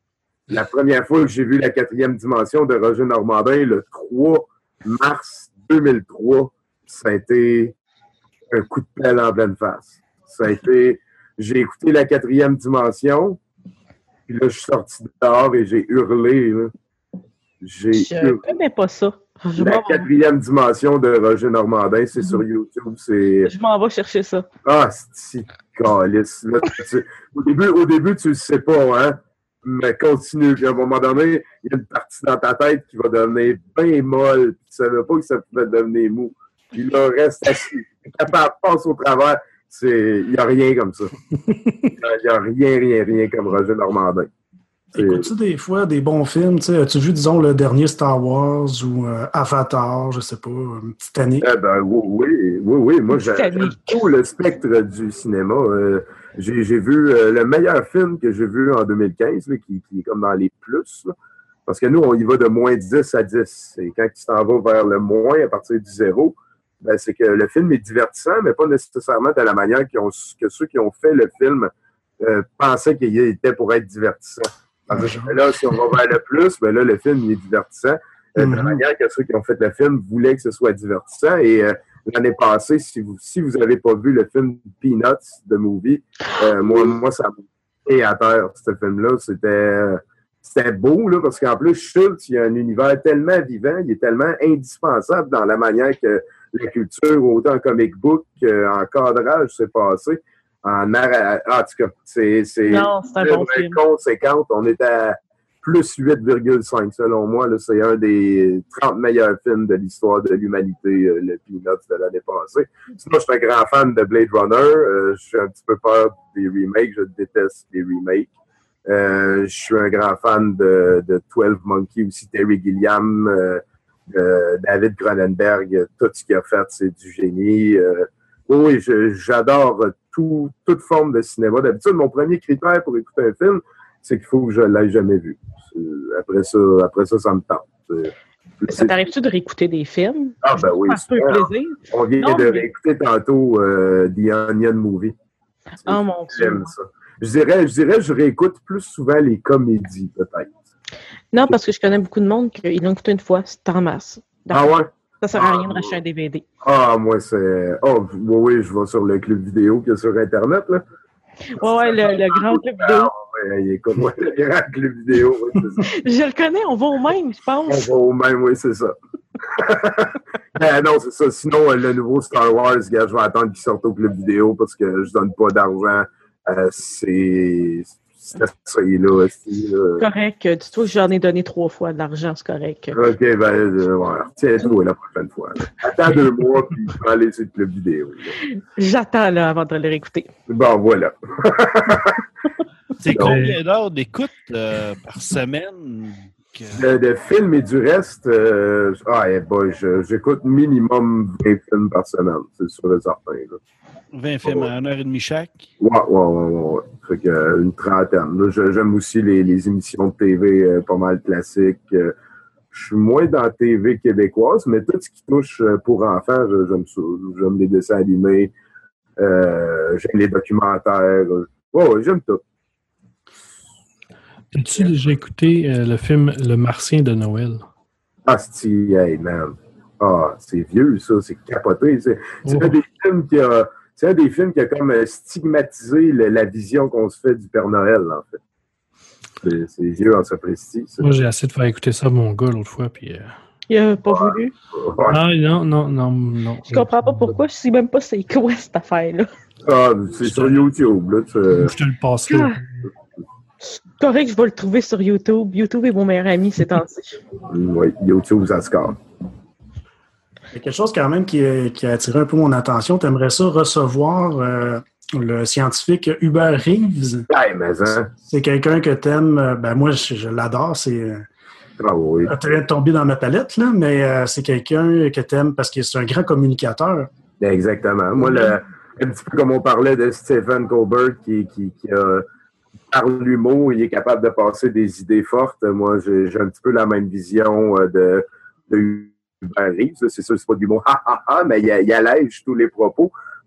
La première fois que j'ai vu la quatrième dimension de Roger Normandin, le trois mars deux mille trois, ça a été un coup de pelle en pleine face. Ça a été... J'ai écouté la quatrième dimension, puis là, je suis sorti dehors et j'ai hurlé. Là. J'ai Je ne connais pas ça. Je la quatrième dimension de Roger Normandin, c'est sur YouTube. C'est... Je m'en vais chercher ça. Ah, c'est calice. Là, tu... au, début, au début, tu le sais pas, hein? Mais continue. Puis à un moment donné, il y a une partie dans ta tête qui va devenir bien molle. Puis tu savais pas que ça pouvait devenir mou. Puis là, reste assis. Capable, passe au travers. Il n'y a rien comme ça. Il n'y a rien, rien, rien comme Roger Normandin. Écoutes-tu des fois des bons films? As-tu vu, disons, le dernier Star Wars ou euh, Avatar, je sais pas, Titanic? Eh ben, oui, oui, oui, oui. Moi, j'aime tout le spectre du cinéma. Euh, j'ai, j'ai vu euh, le meilleur film que j'ai vu en deux mille quinze, là, qui, qui est comme dans les plus. Là, parce que nous, on y va de moins dix à dix. Et quand tu t'en vas vers le moins à partir du zéro, ben, c'est que le film est divertissant, mais pas nécessairement de la manière qu'ils ont, que ceux qui ont fait le film euh, pensaient qu'il était pour être divertissant. Parce que là, si on va vers le plus, ben là, le film il est divertissant. Euh, de la manière que ceux qui ont fait le film voulaient que ce soit divertissant. Et euh, l'année passée, si vous si vous n'avez pas vu le film Peanuts, The Movie, euh, moi, moi, ça m'a été à terre, ce film-là. C'était, c'était beau, là, parce qu'en plus, Schultz, il y a un univers tellement vivant, il est tellement indispensable dans la manière que la culture, autant en comic book qu'en cadrage, s'est passé. En art, en tout cas, c'est, c'est, non, c'est un bon film. Conséquente. On est à plus huit virgule cinq selon moi. Là, c'est un des trente meilleurs films de l'histoire de l'humanité, euh, le Peanuts de l'année passée. Sinon, je suis un grand fan de Blade Runner. Euh, je suis un petit peu peur des remakes. Je déteste les remakes. Euh, je suis un grand fan de, de twelve Monkeys aussi, Terry Gilliam, euh, de David Cronenberg. Tout ce qu'il a fait, c'est du génie. Euh, oui, je, j'adore tout, toute forme de cinéma. D'habitude, mon premier critère pour écouter un film, c'est qu'il faut que je ne l'aie jamais vu. Après ça, après ça, ça me tente. C'est... Ça t'arrive-tu de réécouter des films? Ah, ben oui. Ça fait plaisir. On vient non, de mais... réécouter tantôt euh, The Onion Movie. C'est, oh mon Dieu. J'aime ça. Je dirais, je dirais, je réécoute plus souvent les comédies, peut-être. Non, parce que je connais beaucoup de monde qui l'ont écouté une fois, c'est en masse. Ah ouais? Ça sert à rien de racheter un D V D. Ah, moi, c'est... Oh, oui, oui, je vais sur le club vidéo qu'il y a sur Internet, là. Ouais, ouais, le, le grand club vidéo. Ah, ouais, il est comme ouais, le grand club vidéo, oui, c'est ça. Je le connais, on va au même, je pense. On va au même, oui, c'est ça. Ben non, c'est ça. Sinon, le nouveau Star Wars, gars, je vais attendre qu'il sorte au club vidéo parce que je donne pas d'argent. Euh, c'est... C'est ça, là. C'est euh... correct. Dis-toi que j'en ai donné trois fois de l'argent, c'est correct. OK, ben, euh, ouais, tiens-toi la prochaine fois. Là. Attends deux mois, puis je vais aller sur le club vidéo. Là. J'attends, là, avant de le réécouter. Bon, voilà. C'est combien d'heures d'écoute euh, par semaine? Que... De, de films et du reste, euh, ah, eh boy, je, j'écoute minimum vingt films par semaine, c'est sûr et certain. Là. vingt films à une heure et demie chaque? Ouais, ouais, ouais, ouais. Fait que, euh, une trentaine. Là, j'aime aussi les, les émissions de T V euh, pas mal classiques. Euh, je suis moins dans la T V québécoise, mais tout ce qui touche euh, pour enfants, j'aime ça. J'aime les dessins animés, euh, j'aime les documentaires. Ouais, ouais, j'aime tout. As-tu déjà écouté euh, le film Le Martien de Noël? Ah, c'est... Hey, man. Ah, c'est vieux, ça. C'est capoté. C'est, c'est oh. un des films qui a... C'est un des films qui a comme stigmatisé le, la vision qu'on se fait du Père Noël, en fait. C'est, c'est vieux en sapristi. Moi, j'ai essayé de faire écouter ça à mon gars l'autre fois, puis... Euh... Il a pas ouais. voulu? Ouais. Non, non, non, non. Je comprends pas pourquoi. Je sais même pas c'est quoi cette affaire-là. Ah, c'est sur YouTube, là. Tu... Je te le passerai. Ah. C'est correct, je vais le trouver sur YouTube. YouTube est mon meilleur ami ces temps-ci. Oui, YouTube, ça score. Il y a quelque chose quand même qui a, qui a attiré un peu mon attention. Tu aimerais ça recevoir euh, le scientifique Hubert Reeves. Hey, mais hein? C'est quelqu'un que tu aimes. Ben moi, je, je l'adore. C'est, ah oui. Tu viens de tomber dans ma palette, là, mais euh, c'est quelqu'un que tu aimes parce que c'est un grand communicateur. Exactement. Moi, le, un petit peu comme on parlait de Stephen Colbert qui, qui, qui a... Par l'humour, il est capable de passer des idées fortes. Moi, j'ai, j'ai un petit peu la même vision de, de Hubert Reeves. C'est sûr, c'est pas du mot ha ha ha, mais il, il allège tous les propos.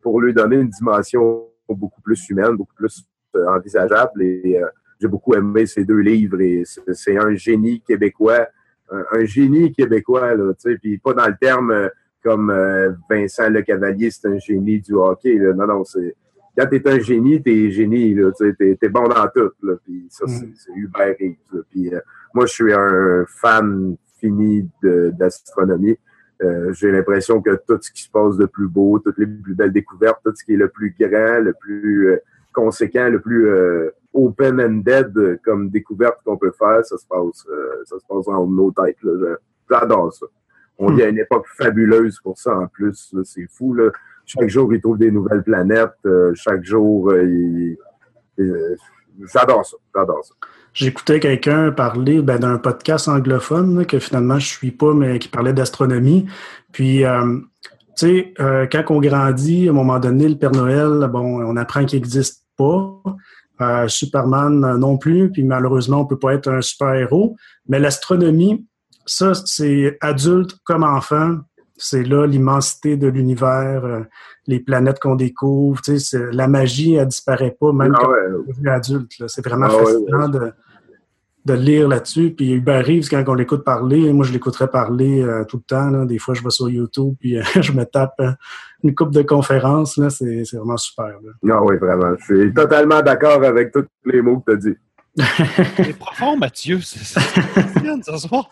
pour lui donner une dimension beaucoup plus humaine, beaucoup plus euh, envisageable. Et euh, j'ai beaucoup aimé ces deux livres. Et c'est, c'est un génie québécois, un, un génie québécois, là, tu sais, puis pas dans le terme euh, comme euh, Vincent Lecavalier, c'est un génie du hockey. Là. Non, non, c'est quand t'es un génie, t'es génie, là, tu sais, t'es, t'es bon dans tout. Là, puis ça, c'est, c'est Hubert Reeves. Là. Puis euh, moi, je suis un fan fini de, d'astronomie. Euh, j'ai l'impression que tout ce qui se passe de plus beau, toutes les plus belles découvertes, tout ce qui est le plus grand, le plus euh, conséquent, le plus euh, open-ended euh, comme découverte qu'on peut faire, ça se passe, euh, ça se passe dans nos têtes. Là. J'adore ça. On vit à une époque fabuleuse pour ça en plus. Là, c'est fou. Là. Chaque jour, ils trouvent des nouvelles planètes. Euh, chaque jour, euh, ils, euh, j'adore ça. J'adore ça. J'écoutais quelqu'un parler ben, d'un podcast anglophone là, que finalement je suis pas, mais qui parlait d'astronomie. Puis, euh, tu sais, euh, quand on grandit, à un moment donné, le Père Noël, bon, on apprend qu'il n'existe pas. Euh, Superman non plus. Puis malheureusement, on peut pas être un super-héros. Mais l'astronomie, ça, c'est adulte comme enfant. C'est là l'immensité de l'univers, euh, les planètes qu'on découvre. Tu sais, c'est, la magie, elle disparaît pas, même ah, quand ouais. on est devenu adulte. Là. C'est vraiment ah, fascinant ouais, ouais. de de lire là-dessus. Puis Hubert Reeves, quand on l'écoute parler, moi, je l'écouterais parler euh, tout le temps. Là. Des fois, je vais sur YouTube puis euh, je me tape euh, une couple de conférences. Là. C'est, c'est vraiment super. Là. Non, oui, vraiment. Je suis totalement d'accord avec tous les mots que tu as dit. C'est profond, Mathieu. C'est, c'est, c'est bien ce soir.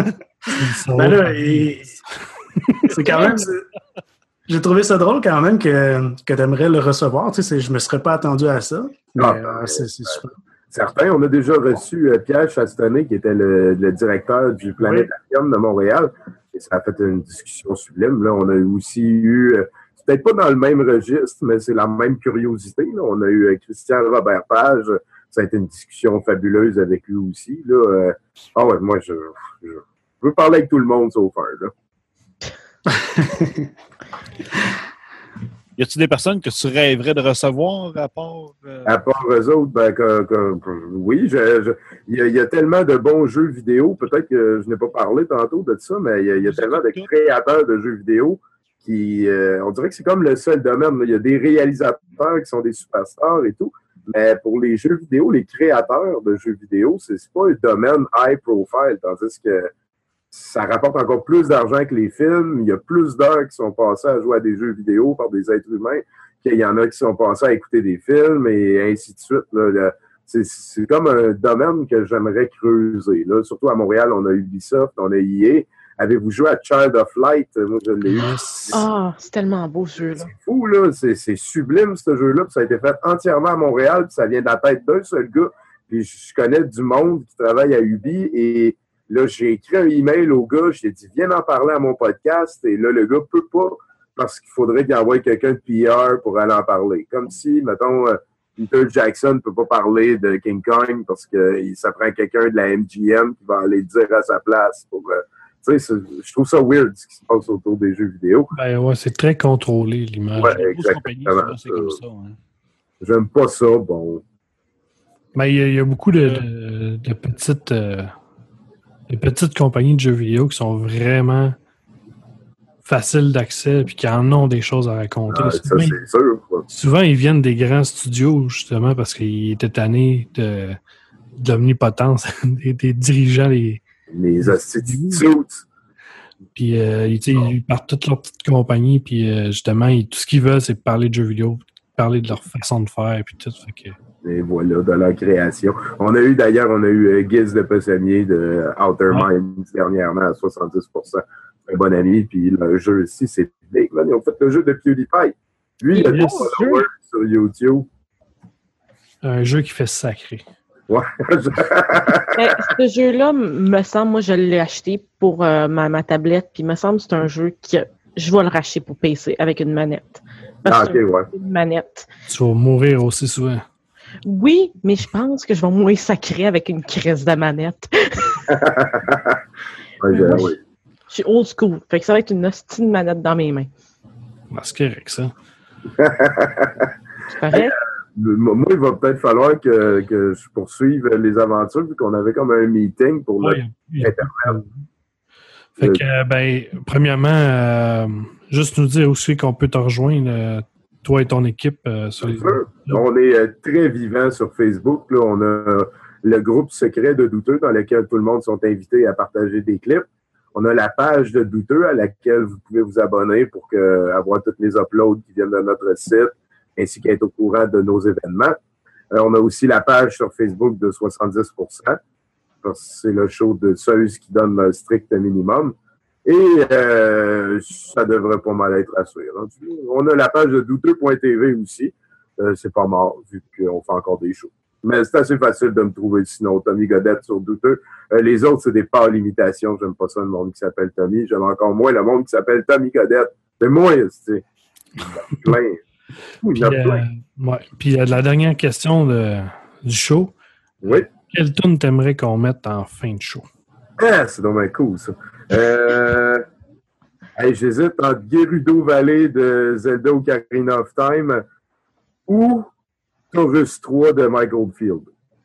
Ben là, et... c'est quand même... C'est... J'ai trouvé ça drôle quand même que, que tu aimerais le recevoir. Tu sais, je me serais pas attendu à ça. Mais ah, euh, c'est, c'est super. Certains, on a déjà reçu euh, Pierre Chastenay, qui était le, le directeur du Planétarium oui. de Montréal, et ça a fait une discussion sublime. Là, on a aussi eu, euh, c'est peut-être pas dans le même registre, mais c'est la même curiosité. Là. On a eu euh, Christian Robert Page, ça a été une discussion fabuleuse avec lui aussi. Là. Euh, ah ouais, moi, je, je, je veux parler avec tout le monde, sauf un. Là. Y a-t-il des personnes que tu rêverais de recevoir à part... Euh... À part eux autres, ben, que, que, oui, je, je, il, y a, il y a tellement de bons jeux vidéo, peut-être que je n'ai pas parlé tantôt de ça, mais il y a, il y a tellement de créateurs de jeux vidéo qui, euh, on dirait que c'est comme le seul domaine. Là. Il y a des réalisateurs qui sont des superstars et tout, mais pour les jeux vidéo, les créateurs de jeux vidéo, c'est, c'est pas un domaine high profile, tandis que ça rapporte encore plus d'argent que les films. Il y a plus d'heures qui sont passées à jouer à des jeux vidéo par des êtres humains qu'il y en a qui sont passés à écouter des films et ainsi de suite. Là. C'est, c'est comme un domaine que j'aimerais creuser. Là. Surtout à Montréal, on a Ubisoft, on a E A. Avez-vous joué à Child of Light? Moi, je l'ai eu. Ah, oh, c'est tellement beau ce jeu-là. C'est fou, là. C'est, c'est sublime, ce jeu-là. Puis ça a été fait entièrement à Montréal. Puis ça vient de la tête d'un seul gars. Puis je connais du monde qui travaille à Ubi et là, j'ai écrit un email au gars, j'ai dit « Viens en parler à mon podcast » et là, le gars peut pas parce qu'il faudrait qu'il envoie quelqu'un de P R pour aller en parler. Comme si, mettons, Peter Jackson ne peut pas parler de King Kong parce que ça prend quelqu'un de la M G M qui va aller dire à sa place. Pour, euh, tu sais, je trouve ça weird ce qui se passe autour des jeux vidéo. Ben ouais, c'est très contrôlé, l'image. Ouais, exactement. C'est comme ça, hein. J'aime pas ça, bon. Ben, il y, y a beaucoup de, de, de petites... Euh... Les petites compagnies de jeux vidéo qui sont vraiment faciles d'accès et qui en ont des choses à raconter. Ah, souvent, ça, c'est sûr. Quoi. Souvent, ils viennent des grands studios, justement, parce qu'ils étaient tannés de, de l'omnipotence des, des dirigeants. Les, les instituts. Puis, euh, ils, ils partent toutes leurs petites compagnies, puis euh, justement, ils, tout ce qu'ils veulent, c'est parler de jeux vidéo, parler de leur façon de faire, et puis tout. Fait que... Et voilà, de leur création. On a eu, d'ailleurs, on a eu euh, Giz de Pessamier de Outer ouais. Minds dernièrement à soixante-dix pour cent. Un bon ami. Puis le jeu aussi, c'est Blake. Ils ont fait le jeu de PewDiePie. Lui, il a des followers sur YouTube. Un jeu qui fait sacré. Ouais. Ben, ce jeu-là, me semble, moi, je l'ai acheté pour euh, ma, ma tablette. Puis, me semble que c'est un jeu que je vais le racheter pour P C avec une manette. Ah, ok, ouais. Une manette. Tu vas mourir aussi souvent. Oui, mais je pense que je vais mourir sacré avec une crise de manette. ouais, je, oui. Je suis old school. Fait que ça va être une hostie de manette dans mes mains. Ben, c'est correct, ça. C'est correct? Moi, il va peut-être falloir que, que je poursuive les aventures, vu qu'on avait comme un meeting pour ouais, le Internet. Fait que, ben, premièrement, euh, juste nous dire aussi qu'on peut te rejoindre. Euh, toi et ton équipe euh, sur les... On est euh, très vivant sur Facebook. Là. On a euh, le groupe secret de Douteux dans lequel tout le monde sont invités à partager des clips. On a la page de Douteux à laquelle vous pouvez vous abonner pour que, avoir tous les uploads qui viennent de notre site, ainsi qu'être au courant de nos événements. Euh, on a aussi la page sur Facebook de soixante-dix pour cent, parce que c'est le show de Zeus qui donne le strict minimum. Et euh, ça devrait pas mal être assuré. Hein. On a la page de douteux point t v aussi. Euh, c'est pas mort, vu qu'on fait encore des shows. Mais c'est assez facile de me trouver sinon. Tommy Godette sur Douteux. Euh, les autres, c'est des pâles imitations. J'aime pas ça, le monde qui s'appelle Tommy. J'aime encore moins le monde qui s'appelle Tommy Godette. C'est moi, tu sais. Plein. Puis, euh, ouais. Puis euh, la dernière question de, du show. Oui. Quelle tune t'aimerais qu'on mette en fin de show? Ah, c'est dommage cool, ça. Euh, hey, j'hésite entre Gerudo Valley de Zelda Ocarina of Time ou Taurus trois de Mike Oldfield.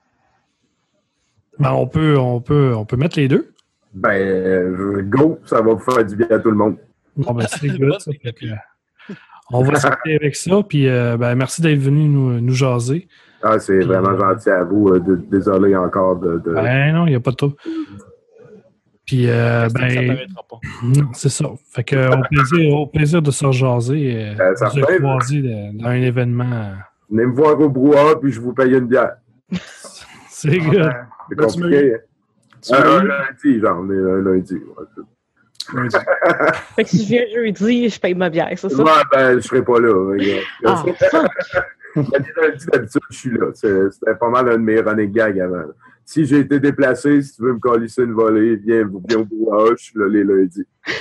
Ben, on peut, on peut, on peut mettre les deux. Ben, go, ça va faire du bien à tout le monde. Bon, ben, c'est good, ça. Fait que, on va s'arrêter avec ça. Puis, euh, ben, merci d'être venu nous, nous jaser. Ah, c'est puis, vraiment euh, gentil à vous. Euh, de, désolé encore de, de... Ben non, il n'y a pas de tout. Puis, euh, ben, c'est ça. Fait que, au plaisir, au plaisir de se rejaser, euh, de se croiser de, dans un événement. Venez me voir au brouhaha, puis je vous paye une bière. C'est good. C'est compliqué. Tu un lundi, genre, on est un lundi. Ouais. Fait que si je viens jeudi, je paye ma bière, c'est ça? Ouais, ben, je serai pas là. Ah, il y a des lundis d'habitude, je suis là. C'était pas mal un de mes running gags avant. Si j'ai été déplacé, si tu veux me colisser une volée, viens, viens au brouhaha, je suis là les lundis.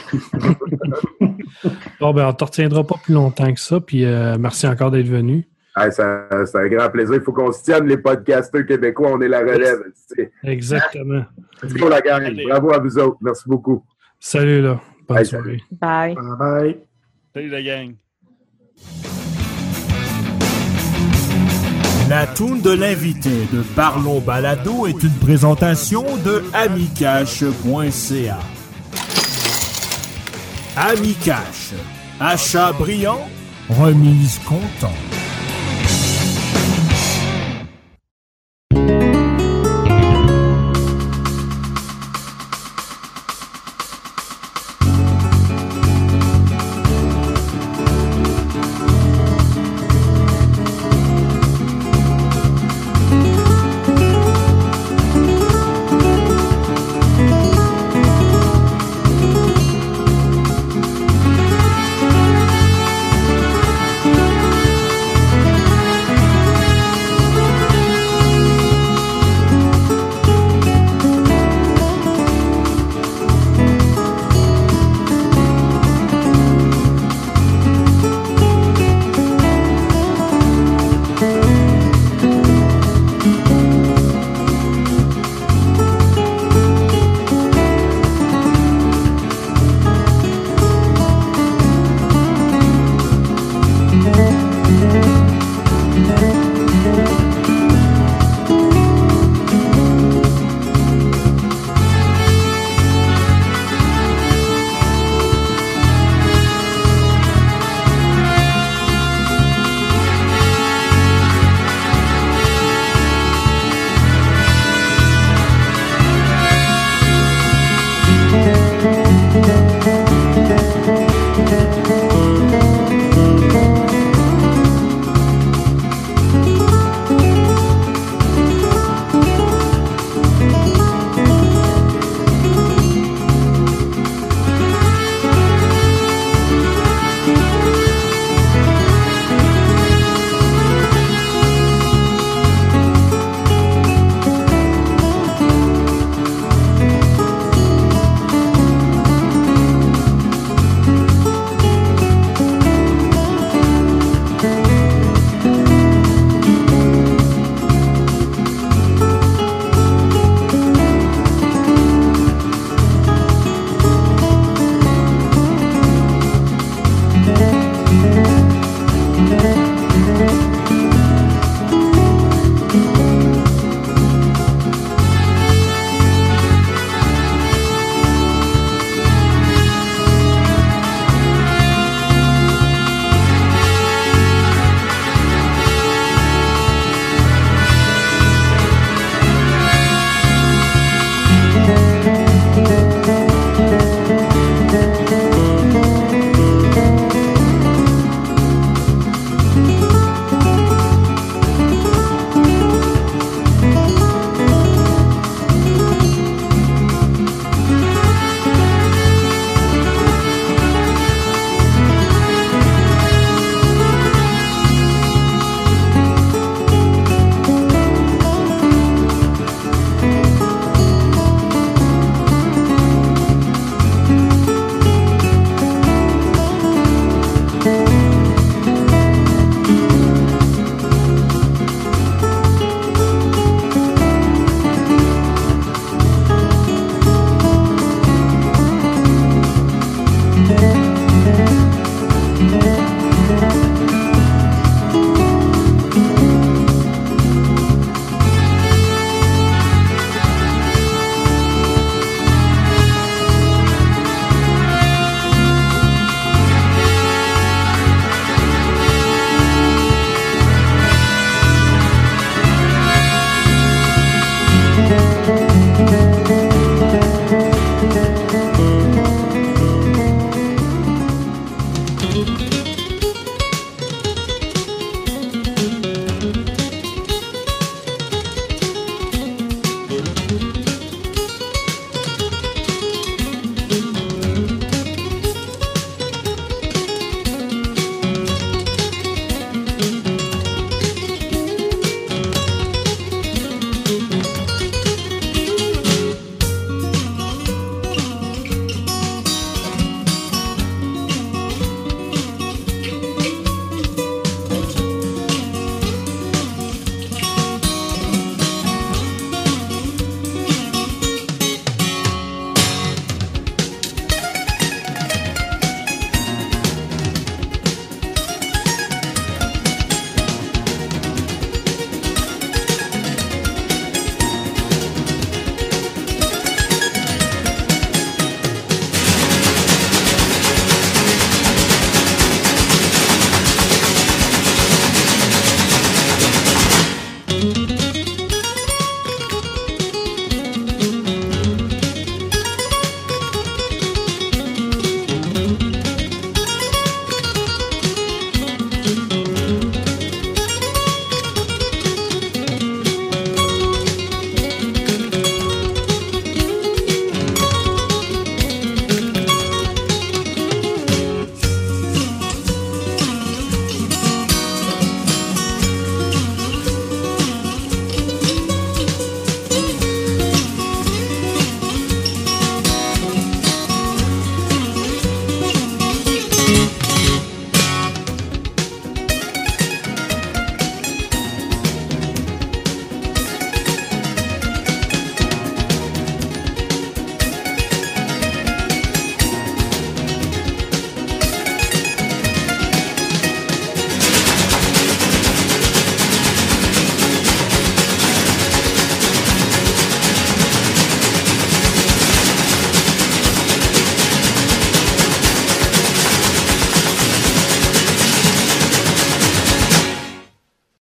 Bon, ben, on ne te retiendra pas plus longtemps que ça, puis euh, merci encore d'être venu. Hey, ça, c'est un grand plaisir. Il faut qu'on se tienne, les podcasteurs québécois. On est la relève. T'sais. Exactement. C'est pour la gang. Bravo à vous autres. Merci beaucoup. Salut, là. Bonne hey, soirée. Bye. Bye bye. Salut, la gang. La toune de l'invité de Parlons Balado est une présentation de amicache point c a. Amicache. Achat brillant, remise content.